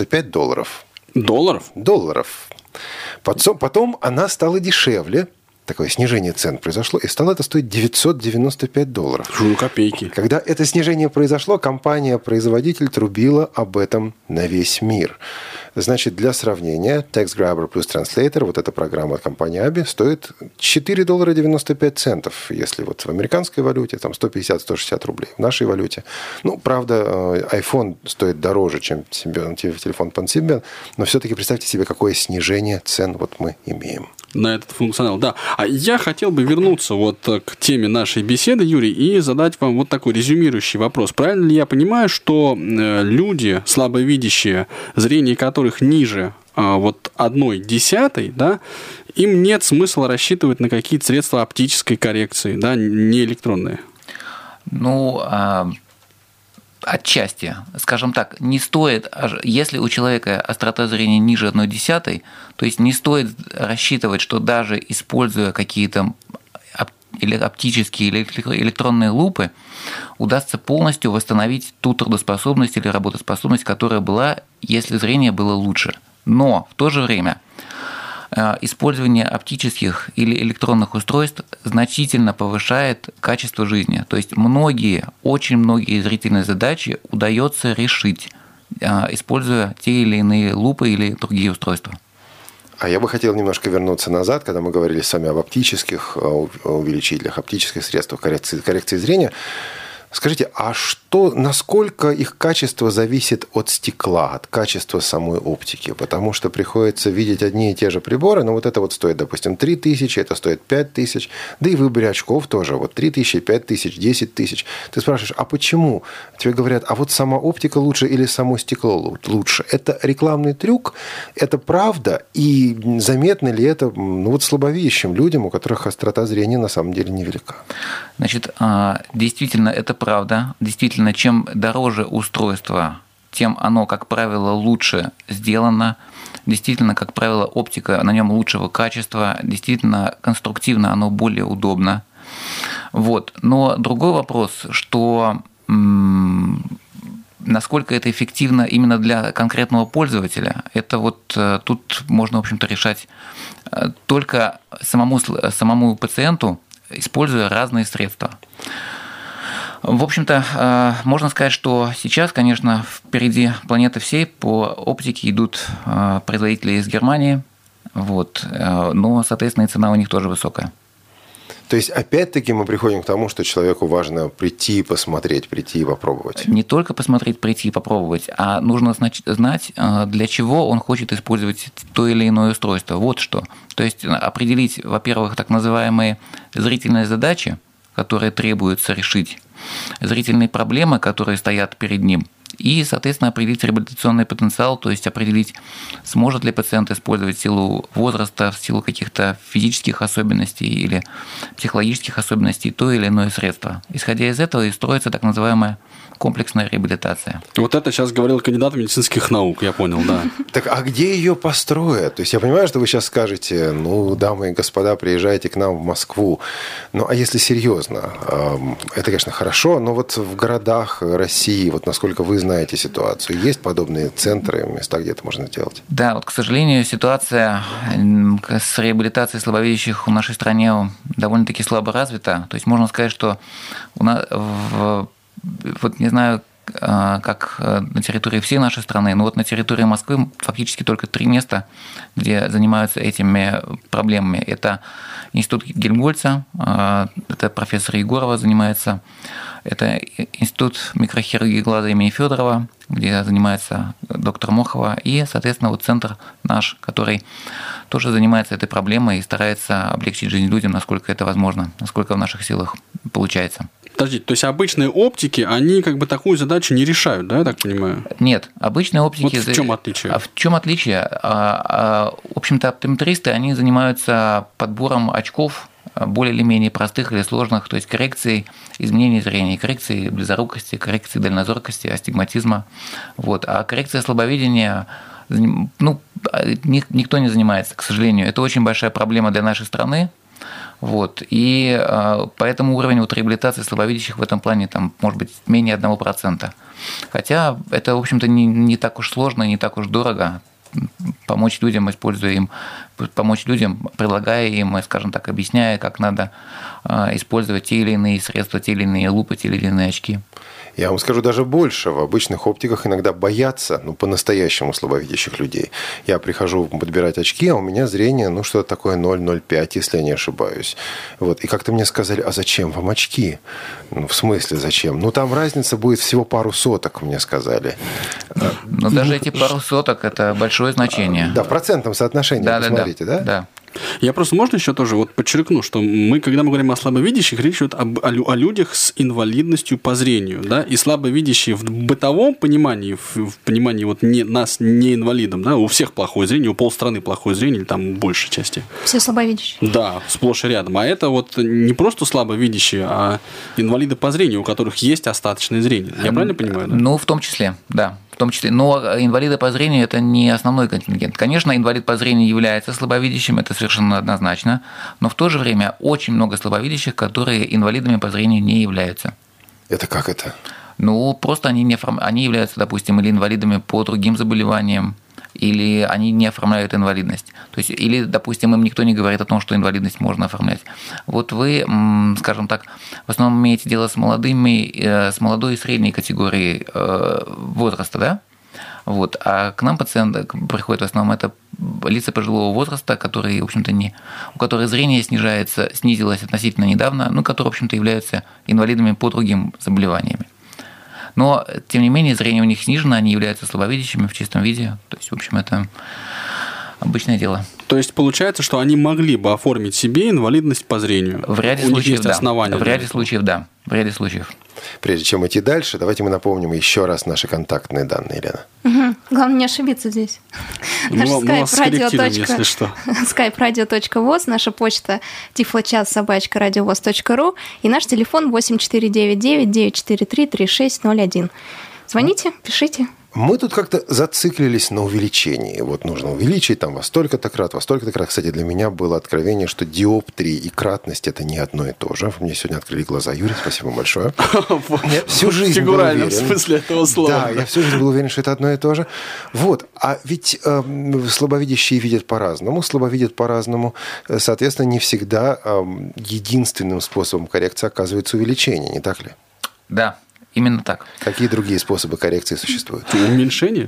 Долларов. Потом она стала дешевле. Такое снижение цен произошло, и стало это стоить $995. Жую копейки. Когда это снижение произошло, компания-производитель трубила об этом на весь мир. Значит, для сравнения, TextGrabber плюс Translator, вот эта программа от компании ABI, стоит $4.95, если вот в американской валюте, там 150-160 рублей. В нашей валюте. Ну, правда, iPhone стоит дороже, чем телефон под Symbian, но все-таки представьте себе, какое снижение цен вот мы имеем. На этот функционал, да. А я хотел бы вернуться вот к теме нашей беседы, Юрий, и задать вам вот такой резюмирующий вопрос. Правильно ли я понимаю, что люди, слабовидящие, зрение которых ниже вот 1/10, да, им нет смысла рассчитывать на какие-то средства оптической коррекции, да, не электронные? Ну, отчасти, скажем так, не стоит, если у человека острота зрения ниже 1/10, то есть не стоит рассчитывать, что даже используя какие-то или оптические или электронные лупы, удастся полностью восстановить ту трудоспособность или работоспособность, которая была, если зрение было лучше. Но в то же время использование оптических или электронных устройств значительно повышает качество жизни. То есть очень многие зрительные задачи удается решить, используя те или иные лупы или другие устройства. А я бы хотел немножко вернуться назад, когда мы говорили с вами об оптических увеличителях, оптических средствах коррекции зрения. Скажите, а что насколько их качество зависит от стекла, от качества самой оптики? Потому что приходится видеть одни и те же приборы, но вот это вот стоит, допустим, 3000, это стоит 5000, да и в выборе очков тоже, вот 3000, 5000, 10 тысяч. Ты спрашиваешь, а почему? Тебе говорят, а вот сама оптика лучше или само стекло лучше? Это рекламный трюк, это правда, и заметно ли это вот слабовидящим людям, у которых острота зрения на самом деле невелика? Значит, действительно, это правда. Действительно, чем дороже устройство, тем оно, как правило, лучше сделано. Действительно, как правило, оптика на нем лучшего качества. Действительно, конструктивно оно более удобно. Вот. Но другой вопрос, что насколько это эффективно именно для конкретного пользователя, это вот тут можно, в общем-то, решать только самому пациенту, используя разные средства. В общем-то, можно сказать, что сейчас, конечно, впереди планеты всей по оптике идут производители из Германии, вот, но, соответственно, и цена у них тоже высокая. То есть, опять-таки, мы приходим к тому, что человеку важно прийти и посмотреть, прийти и попробовать. Не только посмотреть, прийти и попробовать, а нужно знать, для чего он хочет использовать то или иное устройство. Вот что. То есть, определить, во-первых, так называемые зрительные задачи, которые требуется решить, зрительные проблемы, которые стоят перед ним, и, соответственно, определить реабилитационный потенциал, то есть определить, сможет ли пациент использовать в силу возраста, в силу каких-то физических особенностей или психологических особенностей то или иное средство. Исходя из этого и строится так называемая комплексная реабилитация. Вот это сейчас говорил кандидат медицинских наук, я понял, да. Так а где ее построят? То есть я понимаю, что вы сейчас скажете, ну, дамы и господа, приезжайте к нам в Москву. Ну, а если серьезно, это, конечно, хорошо, но вот в городах России, вот насколько вы знаете ситуацию, есть подобные центры, места, где это можно сделать? Да, вот, к сожалению, ситуация с реабилитацией слабовидящих в нашей стране довольно-таки слабо развита. То есть можно сказать, что у нас вот не знаю, как на территории всей нашей страны, но вот на территории Москвы фактически только 3 места, где занимаются этими проблемами. Это институт Гельмгольца, это профессор Егорова занимается, это институт микрохирургии глаза имени Федорова, где занимается доктор Мохова, и, соответственно, вот центр наш, который тоже занимается этой проблемой и старается облегчить жизнь людям, насколько это возможно, насколько в наших силах получается. Подождите, то есть обычные оптики, они как бы такую задачу не решают, да, я так понимаю? Нет, обычные оптики... Вот в чем отличие? В чем отличие? В общем-то, оптометристы, они занимаются подбором очков более или менее простых или сложных, то есть коррекцией изменений зрения, коррекцией близорукости, коррекцией дальнозоркости, астигматизма. Вот. А коррекция слабовидения, ну, никто не занимается, к сожалению. Это очень большая проблема для нашей страны. Вот. И поэтому уровень вот реабилитации слабовидящих в этом плане там, может быть менее 1%. Хотя это, в общем-то, не так уж сложно, не так уж дорого. Помочь людям, помочь людям, предлагая им, скажем так, объясняя, как надо использовать те или иные средства, те или иные лупы, те или иные очки. Я вам скажу даже больше. В обычных оптиках иногда боятся, по-настоящему слабовидящих людей. Я прихожу подбирать очки, а у меня зрение, что-то такое 0,05, если я не ошибаюсь. Вот. И как-то мне сказали, а зачем вам очки? В смысле зачем? Там разница будет всего пару соток, мне сказали. Но даже эти пару соток – это большое значение. Да, в процентном соотношении, посмотрите, да? Да. Я просто, можно еще тоже подчеркну, что когда мы говорим о слабовидящих, речь идет о людях с инвалидностью по зрению, да, и слабовидящие в бытовом понимании, в понимании нас не инвалидом, да, у всех плохое зрение, у полстраны плохое зрение, или там большей части. Все слабовидящие. Да, сплошь и рядом. А это не просто слабовидящие, а инвалиды по зрению, у которых есть остаточное зрение. Я правильно понимаю? Да? В том числе, да. В том числе, но инвалиды по зрению – это не основной контингент. Конечно, инвалид по зрению является слабовидящим, это совершенно однозначно, но в то же время очень много слабовидящих, которые инвалидами по зрению не являются. Это как это? Просто они являются, допустим, или инвалидами по другим заболеваниям, или они не оформляют инвалидность. То есть, или, допустим, им никто не говорит о том, что инвалидность можно оформлять. Вот вы, скажем так, в основном имеете дело с молодой и средней категорией возраста, да? Вот. А к нам пациенты приходят в основном это лица пожилого возраста, которые, в общем-то, у которых зрение снизилось относительно недавно, которые, в общем-то, являются инвалидами по другим заболеваниям. Но, тем не менее, зрение у них снижено, они являются слабовидящими в чистом виде. То есть, в общем, это обычное дело. То есть получается, что они могли бы оформить себе инвалидность по зрению? В ряде случаев, да. В ряде случаев, да. В ряде случаев. Прежде чем идти дальше, давайте мы напомним еще раз наши контактные данные, Елена. Угу. Главное не ошибиться здесь. Наш skype-radio.voz, наша почта tifloчас@radiovoz.ru и наш телефон 8499-943-3601. Звоните, пишите. Мы тут как-то зациклились на увеличении. Вот нужно увеличить там во столько-то крат, во столько-то крат. Кстати, для меня было откровение, что диоптрии и кратность – это не одно и то же. Мне сегодня открыли глаза. Юрий, спасибо большое. Я всю жизнь был уверен. В фигуральном смысле этого слова. Да, я всю жизнь был уверен, что это одно и то же. Вот. А ведь слабовидящие видят по-разному. Слабовидят по-разному. Соответственно, не всегда единственным способом коррекции оказывается увеличение, не так ли? Да. Именно так. Какие другие способы коррекции существуют? Уменьшение?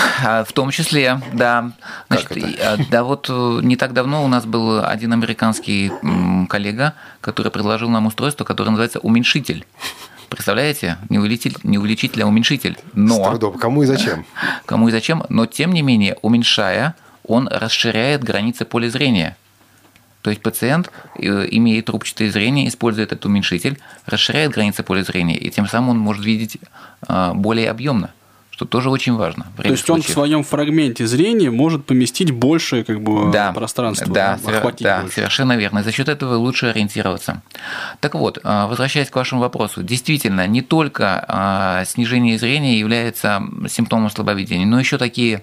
В том числе, да. Значит, да, вот не так давно у нас был один американский коллега, который предложил нам устройство, которое называется уменьшитель. Представляете? Не увеличитель, а уменьшитель. Но... С трудом. Кому и зачем? Кому и зачем. Но, тем не менее, уменьшая, он расширяет границы поля зрения. То есть пациент, имея трубчатое зрение, использует этот уменьшитель, расширяет границы поля зрения, и тем самым он может видеть более объемно, что тоже очень важно. То есть он в своем фрагменте зрения может поместить большее пространство, охватить больше. Совершенно верно. И за счет этого лучше ориентироваться. Так вот, возвращаясь к вашему вопросу, действительно, не только снижение зрения является симптомом слабовидения, но еще такие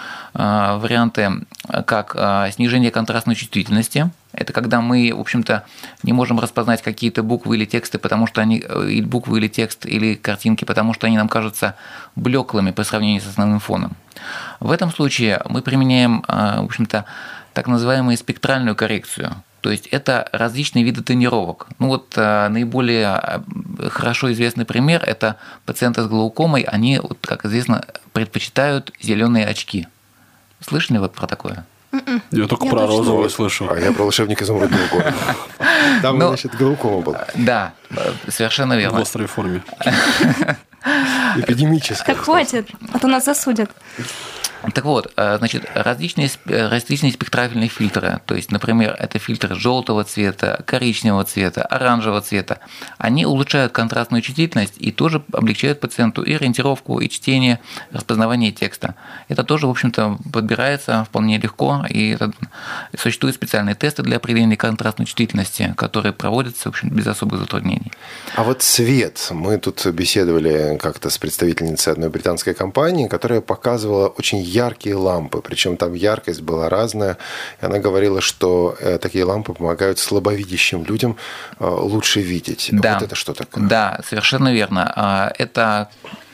варианты, как снижение контрастной чувствительности. Это когда мы, в общем-то, не можем распознать какие-то буквы или тексты, потому что они, или буквы или текст, или картинки, потому что они нам кажутся блеклыми по сравнению с основным фоном. В этом случае мы применяем, в общем-то, так называемую спектральную коррекцию. То есть это различные виды тонировок. Ну вот наиболее хорошо известный пример – это пациенты с глаукомой, они, как известно, предпочитают зеленые очки. Слышали вот про такое? Я только про розовую слышал. А я про волшебник изумрудного города. Там, значит, глаукома был. Да, совершенно верно. В острой форме. Эпидемическая. Так хватит, а то нас засудят. Так вот, значит, различные спектральные фильтры, то есть, например, это фильтры желтого цвета, коричневого цвета, оранжевого цвета, они улучшают контрастную чувствительность и тоже облегчают пациенту и ориентировку, и чтение, распознавание текста. Это тоже, в общем-то, подбирается вполне легко, и существуют специальные тесты для определения контрастной чувствительности, которые проводятся, в общем, без особых затруднений. А вот свет. Мы тут беседовали как-то с представительницей одной британской компании, которая показывала очень яркие лампы, причем там яркость была разная. И она говорила, что такие лампы помогают слабовидящим людям лучше видеть. Да. Вот это что такое? Да, совершенно верно. Это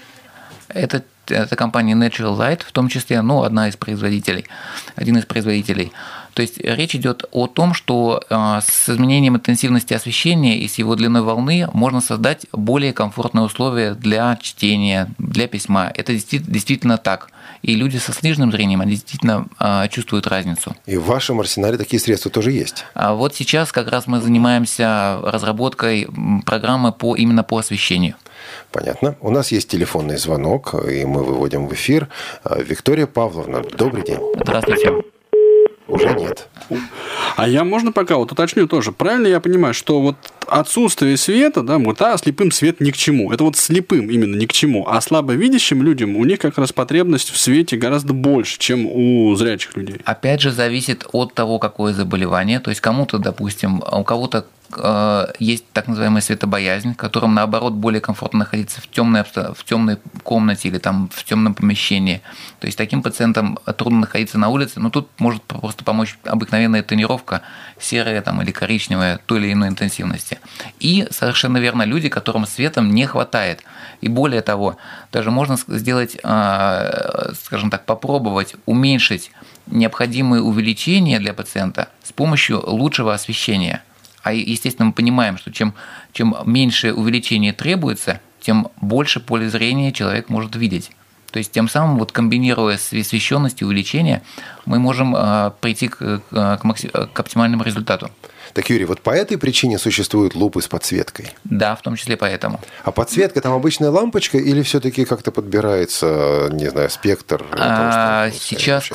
компания Natural Light, в том числе, один из производителей. То есть речь идет о том, что с изменением интенсивности освещения и с его длиной волны можно создать более комфортные условия для чтения, для письма. Это действительно так. И люди со сниженным зрением, они действительно чувствуют разницу. И в вашем арсенале такие средства тоже есть? Вот сейчас как раз мы занимаемся разработкой программы именно по освещению. Понятно. У нас есть телефонный звонок, и мы выводим в эфир. Виктория Павловна, добрый день. Здравствуйте. Уже нет. А я можно пока уточню тоже. Правильно я понимаю, что вот отсутствие света, слепым свет ни к чему. Это вот слепым именно ни к чему. А слабовидящим людям у них как раз потребность в свете гораздо больше, чем у зрячих людей. Опять же, зависит от того, какое заболевание. То есть кому-то, допустим, у кого-то есть так называемая светобоязнь, которым, наоборот, более комфортно находиться в темной комнате или там в темном помещении. То есть таким пациентам трудно находиться на улице, но тут может просто помочь обыкновенная тонировка, серая там, или коричневая той или иной интенсивности. И совершенно верно, люди, которым светом не хватает. И более того, даже можно сделать, скажем так, попробовать уменьшить необходимые увеличения для пациента с помощью лучшего освещения. А, естественно, мы понимаем, что чем меньше увеличение требуется, тем больше поля зрения человек может видеть. То есть тем самым, вот комбинируя освещенность и увеличение, мы можем прийти к оптимальному результату. Так, Юрий, вот по этой причине существуют лупы с подсветкой? Да, в том числе поэтому. А подсветка там обычная лампочка или все-таки как-то подбирается, не знаю, спектр? Сейчас,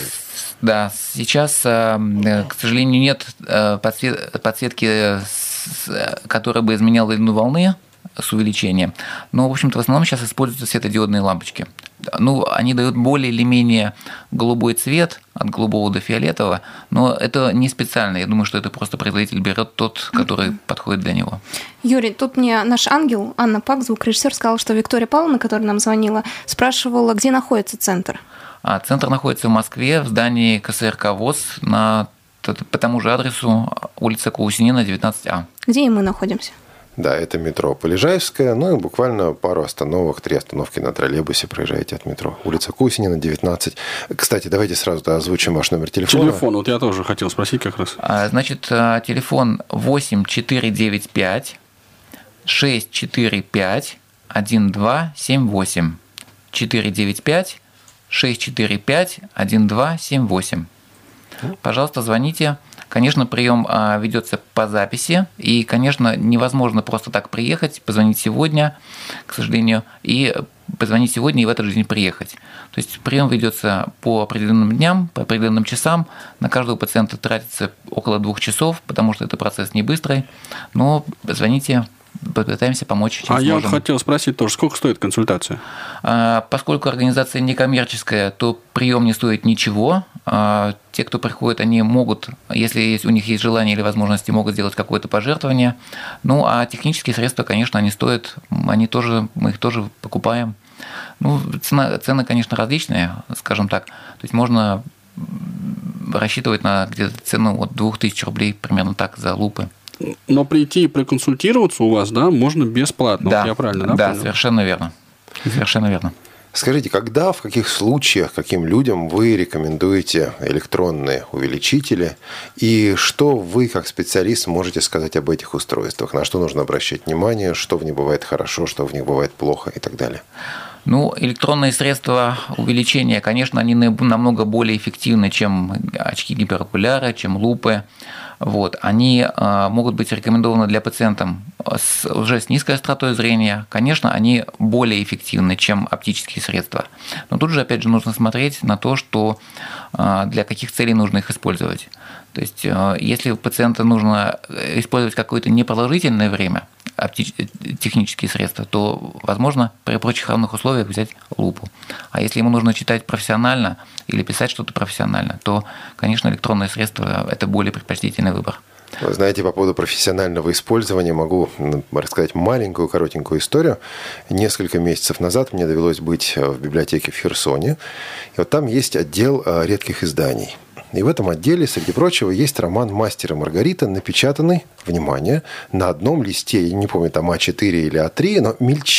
к сожалению, нет подсветки, которая бы изменяла длину волны с увеличением. Но, в общем-то, в основном сейчас используются светодиодные лампочки. Ну, они дают более или менее голубой цвет, от голубого до фиолетового, но это не специально. Я думаю, что это просто производитель берет тот, который подходит для него. Юрий, тут мне наш ангел, Анна Пак, звукорежиссер, сказала, что Виктория Павловна, которая нам звонила, спрашивала, где находится центр. Центр находится в Москве, в здании КСРК ВОС, по тому же адресу, улица Каусинина, 19А. Где и мы находимся? Да, это метро Полежаевская, ну и буквально пару остановок, 3 остановки на троллейбусе проезжаете от метро. Улица Кусинина, 19. Кстати, давайте сразу озвучим ваш номер телефона. Телефон, вот я тоже хотел спросить как раз. Значит, телефон 8495 645 1278. 495 645 1278. Пожалуйста, звоните. Конечно, прием ведется по записи, и, конечно, невозможно просто так приехать, позвонить сегодня, к сожалению, и позвонить сегодня и в этот же день приехать. То есть прием ведется по определенным дням, по определенным часам. На каждого пациента тратится около 2 часов, потому что это процесс не быстрый. Но звоните, попытаемся помочь. Я хотел спросить тоже, сколько стоит консультация? Поскольку организация некоммерческая, то прием не стоит ничего. Те, кто приходит, они могут, если у них есть желание или возможности, могут сделать какое-то пожертвование. Ну, а технические средства, конечно, они стоят, мы их тоже покупаем. Ну, цены, конечно, различные, скажем так. То есть можно рассчитывать на где-то цену от 2000 рублей, примерно так, за лупы. Но прийти и проконсультироваться у вас, да, можно бесплатно. Да, вот я правильно, да, понял? Совершенно верно. Совершенно верно. Скажите, когда, в каких случаях, каким людям вы рекомендуете электронные увеличители? И что вы, как специалист, можете сказать об этих устройствах? На что нужно обращать внимание? Что в них бывает хорошо, что в них бывает плохо и так далее? Ну, электронные средства увеличения, конечно, они намного более эффективны, чем очки-гиперокуляры, чем лупы. Вот. Они могут быть рекомендованы для пациентов уже с низкой остротой зрения. Конечно, они более эффективны, чем оптические средства. Но тут же, опять же, нужно смотреть на то, что для каких целей нужно их использовать. То есть, если у пациента нужно использовать какое-то непродолжительное время, технические средства, то, возможно, при прочих равных условиях взять лупу. А если ему нужно читать профессионально или писать что-то профессионально, то, конечно, электронные средства – это более предпочтительный выбор. Вы знаете, по поводу профессионального использования могу рассказать маленькую, коротенькую историю. Несколько месяцев назад мне довелось быть в библиотеке в Херсоне. И вот там есть отдел редких изданий. И в этом отделе, среди прочего, есть роман «Мастер и Маргарита», напечатанный, внимание, на одном листе, я не помню, там А4 или А3, но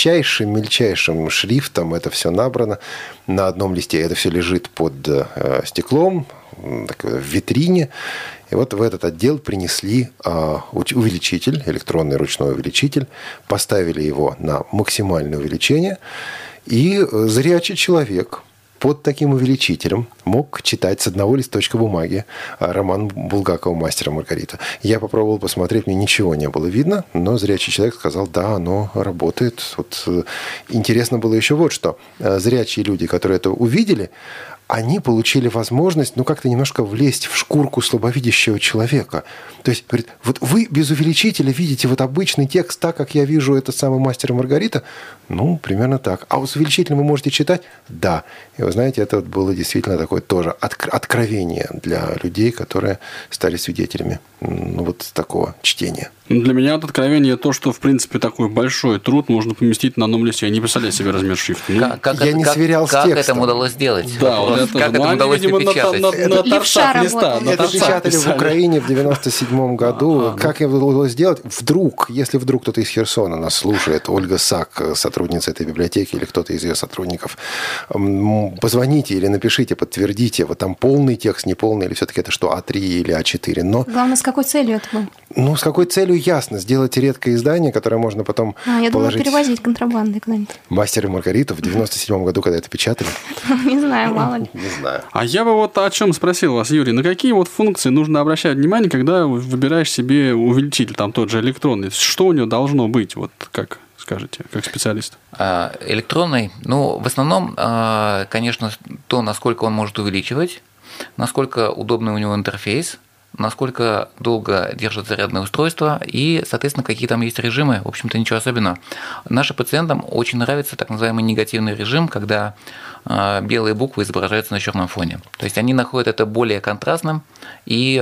мельчайшим шрифтом это все набрано на одном листе. Это все лежит под стеклом, в витрине. И вот в этот отдел принесли увеличитель, электронный ручной увеличитель, поставили его на максимальное увеличение, и зрячий человек под таким увеличителем мог читать с одного листочка бумаги роман Булгакова «Мастер и Маргарита». Я попробовал посмотреть, мне ничего не было видно, но зрячий человек сказал, да, оно работает. Вот интересно было еще вот что. Зрячие люди, которые это увидели, они получили возможность, как-то немножко влезть в шкурку слабовидящего человека. То есть, говорит, вот вы без увеличителя видите вот обычный текст так, как я вижу этот самый «Мастер и Маргарита». Примерно так. А вот с увеличителем вы можете читать? Да. И вы знаете, это вот было действительно такое тоже откровение для людей, которые стали свидетелями вот такого чтения. Для меня это откровение то, что, в принципе, такой большой труд можно поместить на одном листе. Я не представляю себе размер шрифта. Я не сверял с текстом. Как это удалось сделать? Да, как это удалось напечатать? На торцах листа. Это печатали в Украине в 97 году. Как это удалось сделать? Если вдруг кто-то из Херсона нас слушает, Ольга Сак, сотрудница этой библиотеки, или кто-то из ее сотрудников, позвоните или напишите, подтвердите подтвердите, вот там полный текст, неполный, или все-таки это что, А3 или А4. Но, главное, с какой целью это было? Ну, с какой целью, ясно. Сделать редкое издание, которое можно потом я положить... думала, перевозить контрабандой куда-нибудь. «Мастер и Маргариту» в 97-м году, когда это печатали. Не знаю, мало ли. Не знаю. А я бы вот о чем спросил вас, Юрий. На какие вот функции нужно обращать внимание, когда выбираешь себе увеличитель, там тот же электронный? Что у него должно быть, вот как скажете, как специалист? Электронный, ну, в основном, конечно, то, насколько он может увеличивать, насколько удобный у него интерфейс, насколько долго держит зарядное устройство и, соответственно, какие там есть режимы. В общем-то, ничего особенного. Нашим пациентам очень нравится так называемый негативный режим, когда белые буквы изображаются на черном фоне. То есть они находят это более контрастным, и,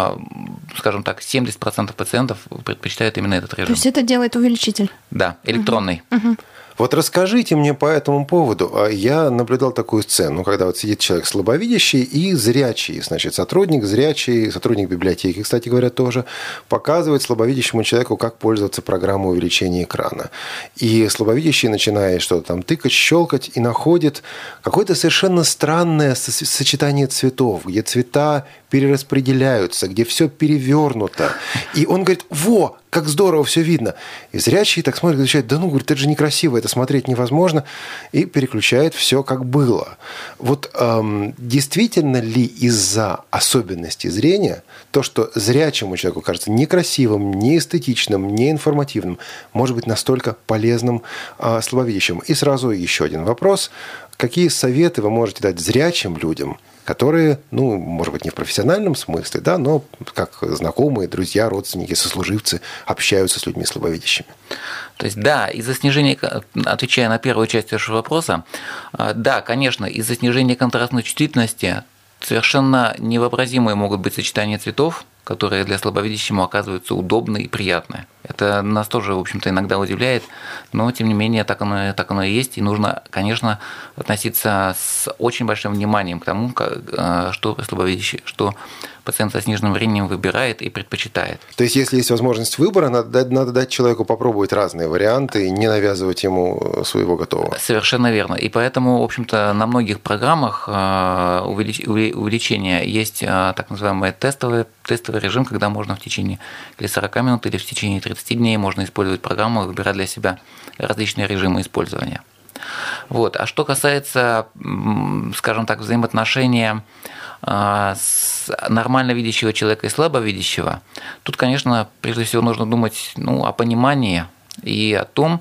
скажем так, 70% пациентов предпочитают именно этот режим. То есть это делает увеличитель? Да, электронный. Вот расскажите мне по этому поводу. Я наблюдал такую сцену, когда вот сидит человек слабовидящий и зрячий, значит, сотрудник библиотеки, кстати говоря, тоже показывает слабовидящему человеку, как пользоваться программой увеличения экрана. И слабовидящий начинает что-то там тыкать, щелкать и находит какое-то совершенно странное сочетание цветов, где цвета перераспределяются, где все перевернуто. И он говорит: во, как здорово все видно. И зрячий так смотрит, отвечает: да ну, говорит, это же некрасиво, это смотреть невозможно. И переключает все, как было. Вот действительно ли из-за особенностей зрения то, что зрячему человеку кажется некрасивым, неэстетичным, неинформативным, может быть настолько полезным слабовидящим? И сразу еще один вопрос. Какие советы вы можете дать зрячим людям, которые, ну, может быть, не в профессиональном смысле, да, но как знакомые, друзья, родственники, сослуживцы общаются с людьми слабовидящими? То есть, да, из-за снижения, отвечая на первую часть вашего вопроса, да, конечно, из-за снижения контрастной чувствительности совершенно невообразимые могут быть сочетания цветов, которые для слабовидящего оказываются удобны и приятны. Это нас тоже, в общем-то, иногда удивляет, но, тем не менее, так оно и есть, и нужно, конечно, относиться с очень большим вниманием к тому, что слабовидящий, что пациент со сниженным зрением выбирает и предпочитает. То есть, если есть возможность выбора, надо дать человеку попробовать разные варианты и не навязывать ему своего готового. Совершенно верно. И поэтому, в общем-то, на многих программах увеличения есть так называемый тестовый режим, когда можно в течение или 40 минут, или в течение 30 дней можно использовать программу и выбирать для себя различные режимы использования. Вот. А что касается, скажем так, взаимоотношения с нормально видящего человека и слабовидящего, тут, конечно, прежде всего нужно думать о понимании и о том,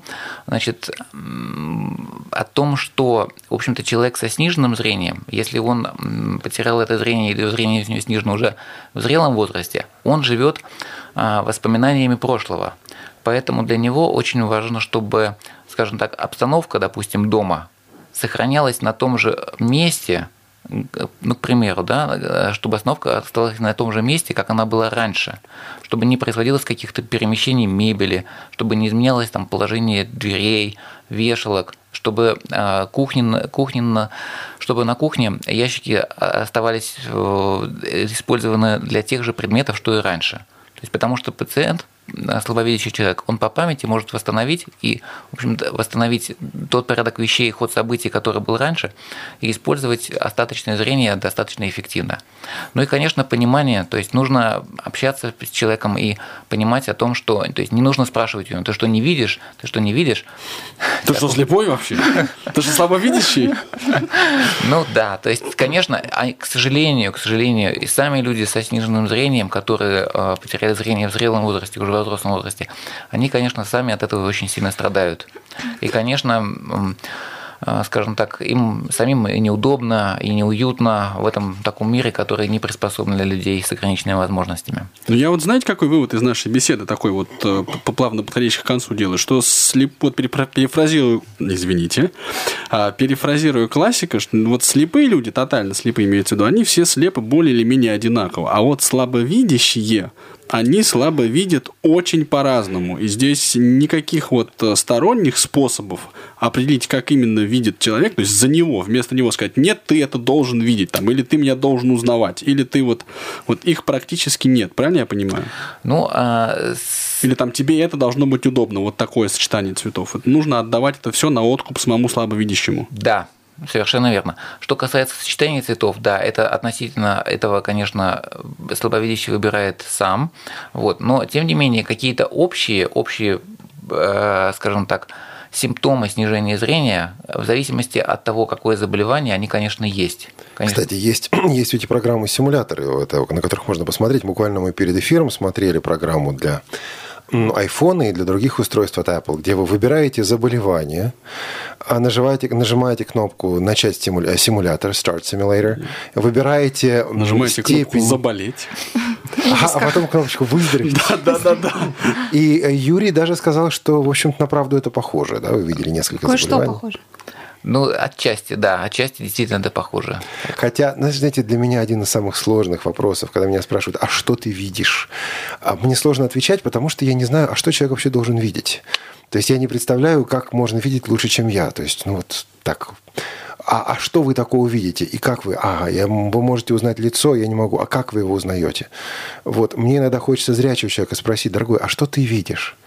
что, в общем-то, человек со сниженным зрением, если он потерял это зрение или зрение у него снижено уже в зрелом возрасте, он живет воспоминаниями прошлого. Поэтому для него очень важно, чтобы, скажем так, обстановка, допустим, дома сохранялась на том же месте, к примеру, да, чтобы обстановка оставалась на том же месте, как она была раньше, чтобы не происходилось каких-то перемещений мебели, чтобы не изменялось там положение дверей, вешалок, чтобы чтобы на кухне ящики оставались использованы для тех же предметов, что и раньше. То есть, потому что пациент, слабовидящий человек, он по памяти может восстановить восстановить тот порядок вещей, ход событий, который был раньше, и использовать остаточное зрение достаточно эффективно. Ну и, конечно, понимание, то есть нужно общаться с человеком и понимать о том, что, то есть не нужно спрашивать его: ты что, не видишь? Ты что, не видишь? Ты что, слепой вообще? Ты же слабовидящий? Ну да, то есть, конечно, к сожалению, и сами люди со сниженным зрением, которые потеряли зрение в зрелом возрасте, уже в взрослом возрасте, они, конечно, сами от этого очень сильно страдают. И, конечно, скажем так, им самим и неудобно, и неуютно в этом таком мире, который не приспособлен для людей с ограниченными возможностями. Ну, я вот, знаете, какой вывод из нашей беседы такой вот плавно подходящий к концу делаю, что перефразирую классика, что вот слепые люди, тотально слепые имеется в виду, они все слепы более или менее одинаково, а вот слабовидящие, они слабо видят очень по-разному. И здесь никаких вот сторонних способов определить, как именно видит человек, то есть за него, вместо него сказать: нет, ты это должен видеть, там, или ты меня должен узнавать, или ты вот их практически нет. Правильно я понимаю? Или там тебе это должно быть удобно, вот такое сочетание цветов. Это нужно отдавать это все на откуп самому слабовидящему. Да. Совершенно верно. Что касается сочетания цветов, да, это относительно этого, конечно, слабовидящий выбирает сам. Вот. Но, тем не менее, какие-то общие, скажем так, симптомы снижения зрения, в зависимости от того, какое заболевание, они, конечно, есть. Кстати, есть эти программы-симуляторы, на которых можно посмотреть. Буквально мы перед эфиром смотрели программу для iPhone и для других устройств от Apple, где вы выбираете заболевание, нажимаете кнопку «Начать симулятор», «Start Simulator», выбираете нажимаете степень... кнопку «Заболеть». А потом кнопочку «Выздороветь». Да. И Юрий даже сказал, что, в общем-то, на правду это похоже. Да? Вы видели несколько заболеваний. Кое-что похоже. Ну, отчасти действительно это похоже. Хотя, знаете, для меня один из самых сложных вопросов, когда меня спрашивают, а что ты видишь? Мне сложно отвечать, потому что я не знаю, а что человек вообще должен видеть. То есть я не представляю, как можно видеть лучше, чем я. То есть, вот так. А что вы такого видите? И как вы? Вы можете узнать лицо, я не могу. А как вы его узнаете? Вот, мне иногда хочется зрячего человека спросить, дорогой, а что ты видишь?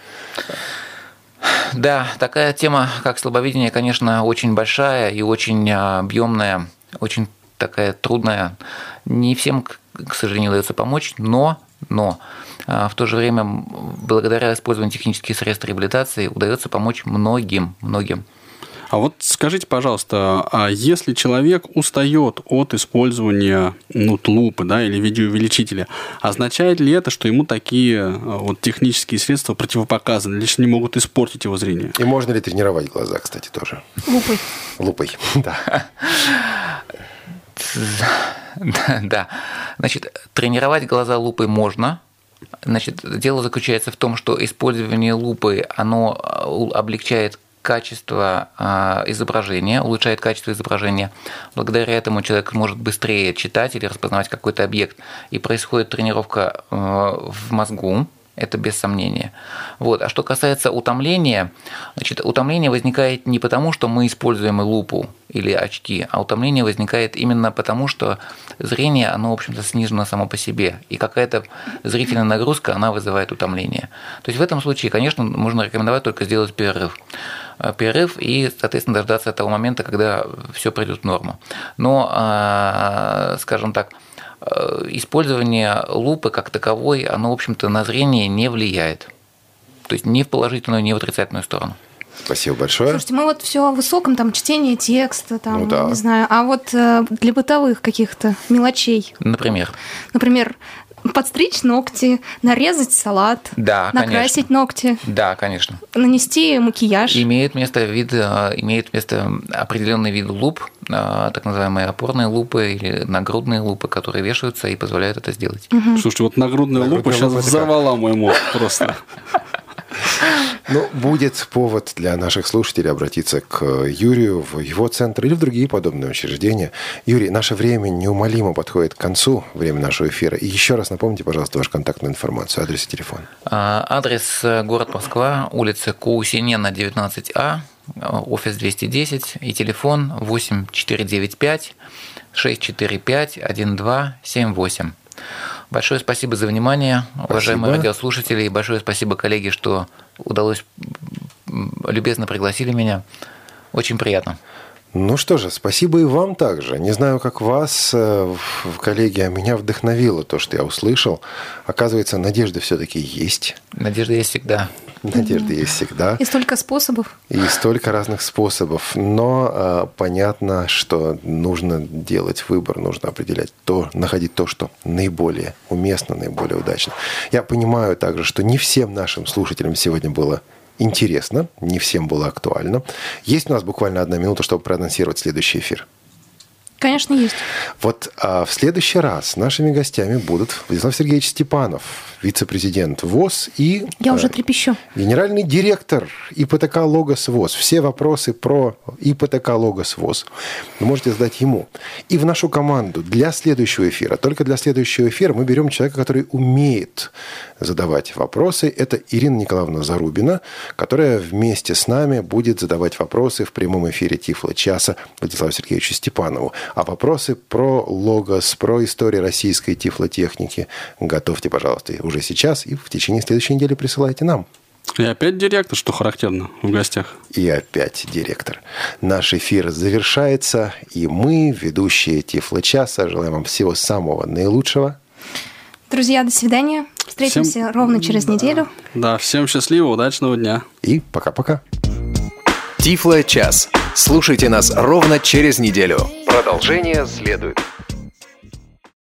Да, такая тема, как слабовидение, конечно, очень большая и очень объемная, очень такая трудная. Не всем, к сожалению, удается помочь, но в то же время, благодаря использованию технических средств реабилитации, удается помочь многим. А вот скажите, пожалуйста, а если человек устает от использования лупы, да, или видеоувеличителя, означает ли это, что ему такие вот технические средства противопоказаны, лишь не могут испортить его зрение? И можно ли тренировать глаза, кстати, тоже? Лупой, да. Да. Значит, тренировать глаза лупой можно. Значит, дело заключается в том, что использование лупы, оно облегчает качество изображения, улучшает качество изображения. Благодаря этому человек может быстрее читать или распознавать какой-то объект. И происходит тренировка в мозгу, это без сомнения. Вот. А что касается утомления, значит, утомление возникает не потому, что мы используем лупу или очки, а утомление возникает именно потому, что зрение, оно, в общем-то, снижено само по себе, и какая-то зрительная нагрузка, она вызывает утомление. То есть в этом случае, конечно, можно рекомендовать только сделать перерыв и, соответственно, дождаться того момента, когда все придет в норму. Но, скажем так, использование лупы как таковой, оно, в общем-то, на зрение не влияет. То есть ни в положительную, ни в отрицательную сторону. Спасибо большое. Слушайте, мы вот все о высоком, там, чтении текста, там, не знаю, а вот для бытовых каких-то мелочей. Например, подстричь ногти, нарезать салат, накрасить ногти. Да, конечно. Нанести макияж. Имеет место определенный вид луп, так называемые опорные лупы или нагрудные лупы, которые вешаются и позволяют это сделать. Слушайте, вот нагрудная лупа сейчас взорвала мой мозг просто. Будет повод для наших слушателей обратиться к Юрию в его центр или в другие подобные учреждения. Юрий, наше время неумолимо подходит к концу, время нашего эфира. И еще раз напомните, пожалуйста, вашу контактную информацию, адрес и телефон. Адрес город Москва, улица Каусинена, 19А, офис 210 и телефон 8495 645 1278. Большое спасибо за внимание, уважаемые радиослушатели, и большое спасибо, коллеги, что удалось, любезно пригласили меня. Очень приятно. Ну что же, спасибо и вам также. Не знаю, как вас, коллеги, а меня вдохновило то, что я услышал. Оказывается, надежда все-таки есть. Надежда есть всегда. Надежда есть всегда. И столько способов. И столько разных способов. Но понятно, что нужно делать выбор, нужно определять находить то, что наиболее уместно, наиболее удачно. Я понимаю также, что не всем нашим слушателям сегодня было интересно, не всем было актуально. Есть у нас буквально 1 минута, чтобы проанонсировать следующий эфир. Конечно, есть. Вот в следующий раз нашими гостями будут Владислав Сергеевич Степанов, вице-президент ВОС и... Я уже трепещу. Генеральный директор ИПТК «Логос ВОС». Все вопросы про ИПТК «Логос ВОС» вы можете задать ему. И в нашу команду для следующего эфира, только для следующего эфира мы берем человека, который умеет задавать вопросы. Это Ирина Николаевна Зарубина, которая вместе с нами будет задавать вопросы в прямом эфире Тифло-часа Владиславу Сергеевичу Степанову. А вопросы про Логос, про историю российской тифлотехники готовьте, пожалуйста, уже сейчас и в течение следующей недели присылайте нам. И опять директор, что характерно, в гостях. И опять директор. Наш эфир завершается, и мы, ведущие Тифло-часа, желаем вам всего самого наилучшего. Друзья, до свидания. Встретимся ровно через неделю. Да, всем счастливого, удачного дня. И пока-пока. Тифло-час. Слушайте нас ровно через неделю. Продолжение следует.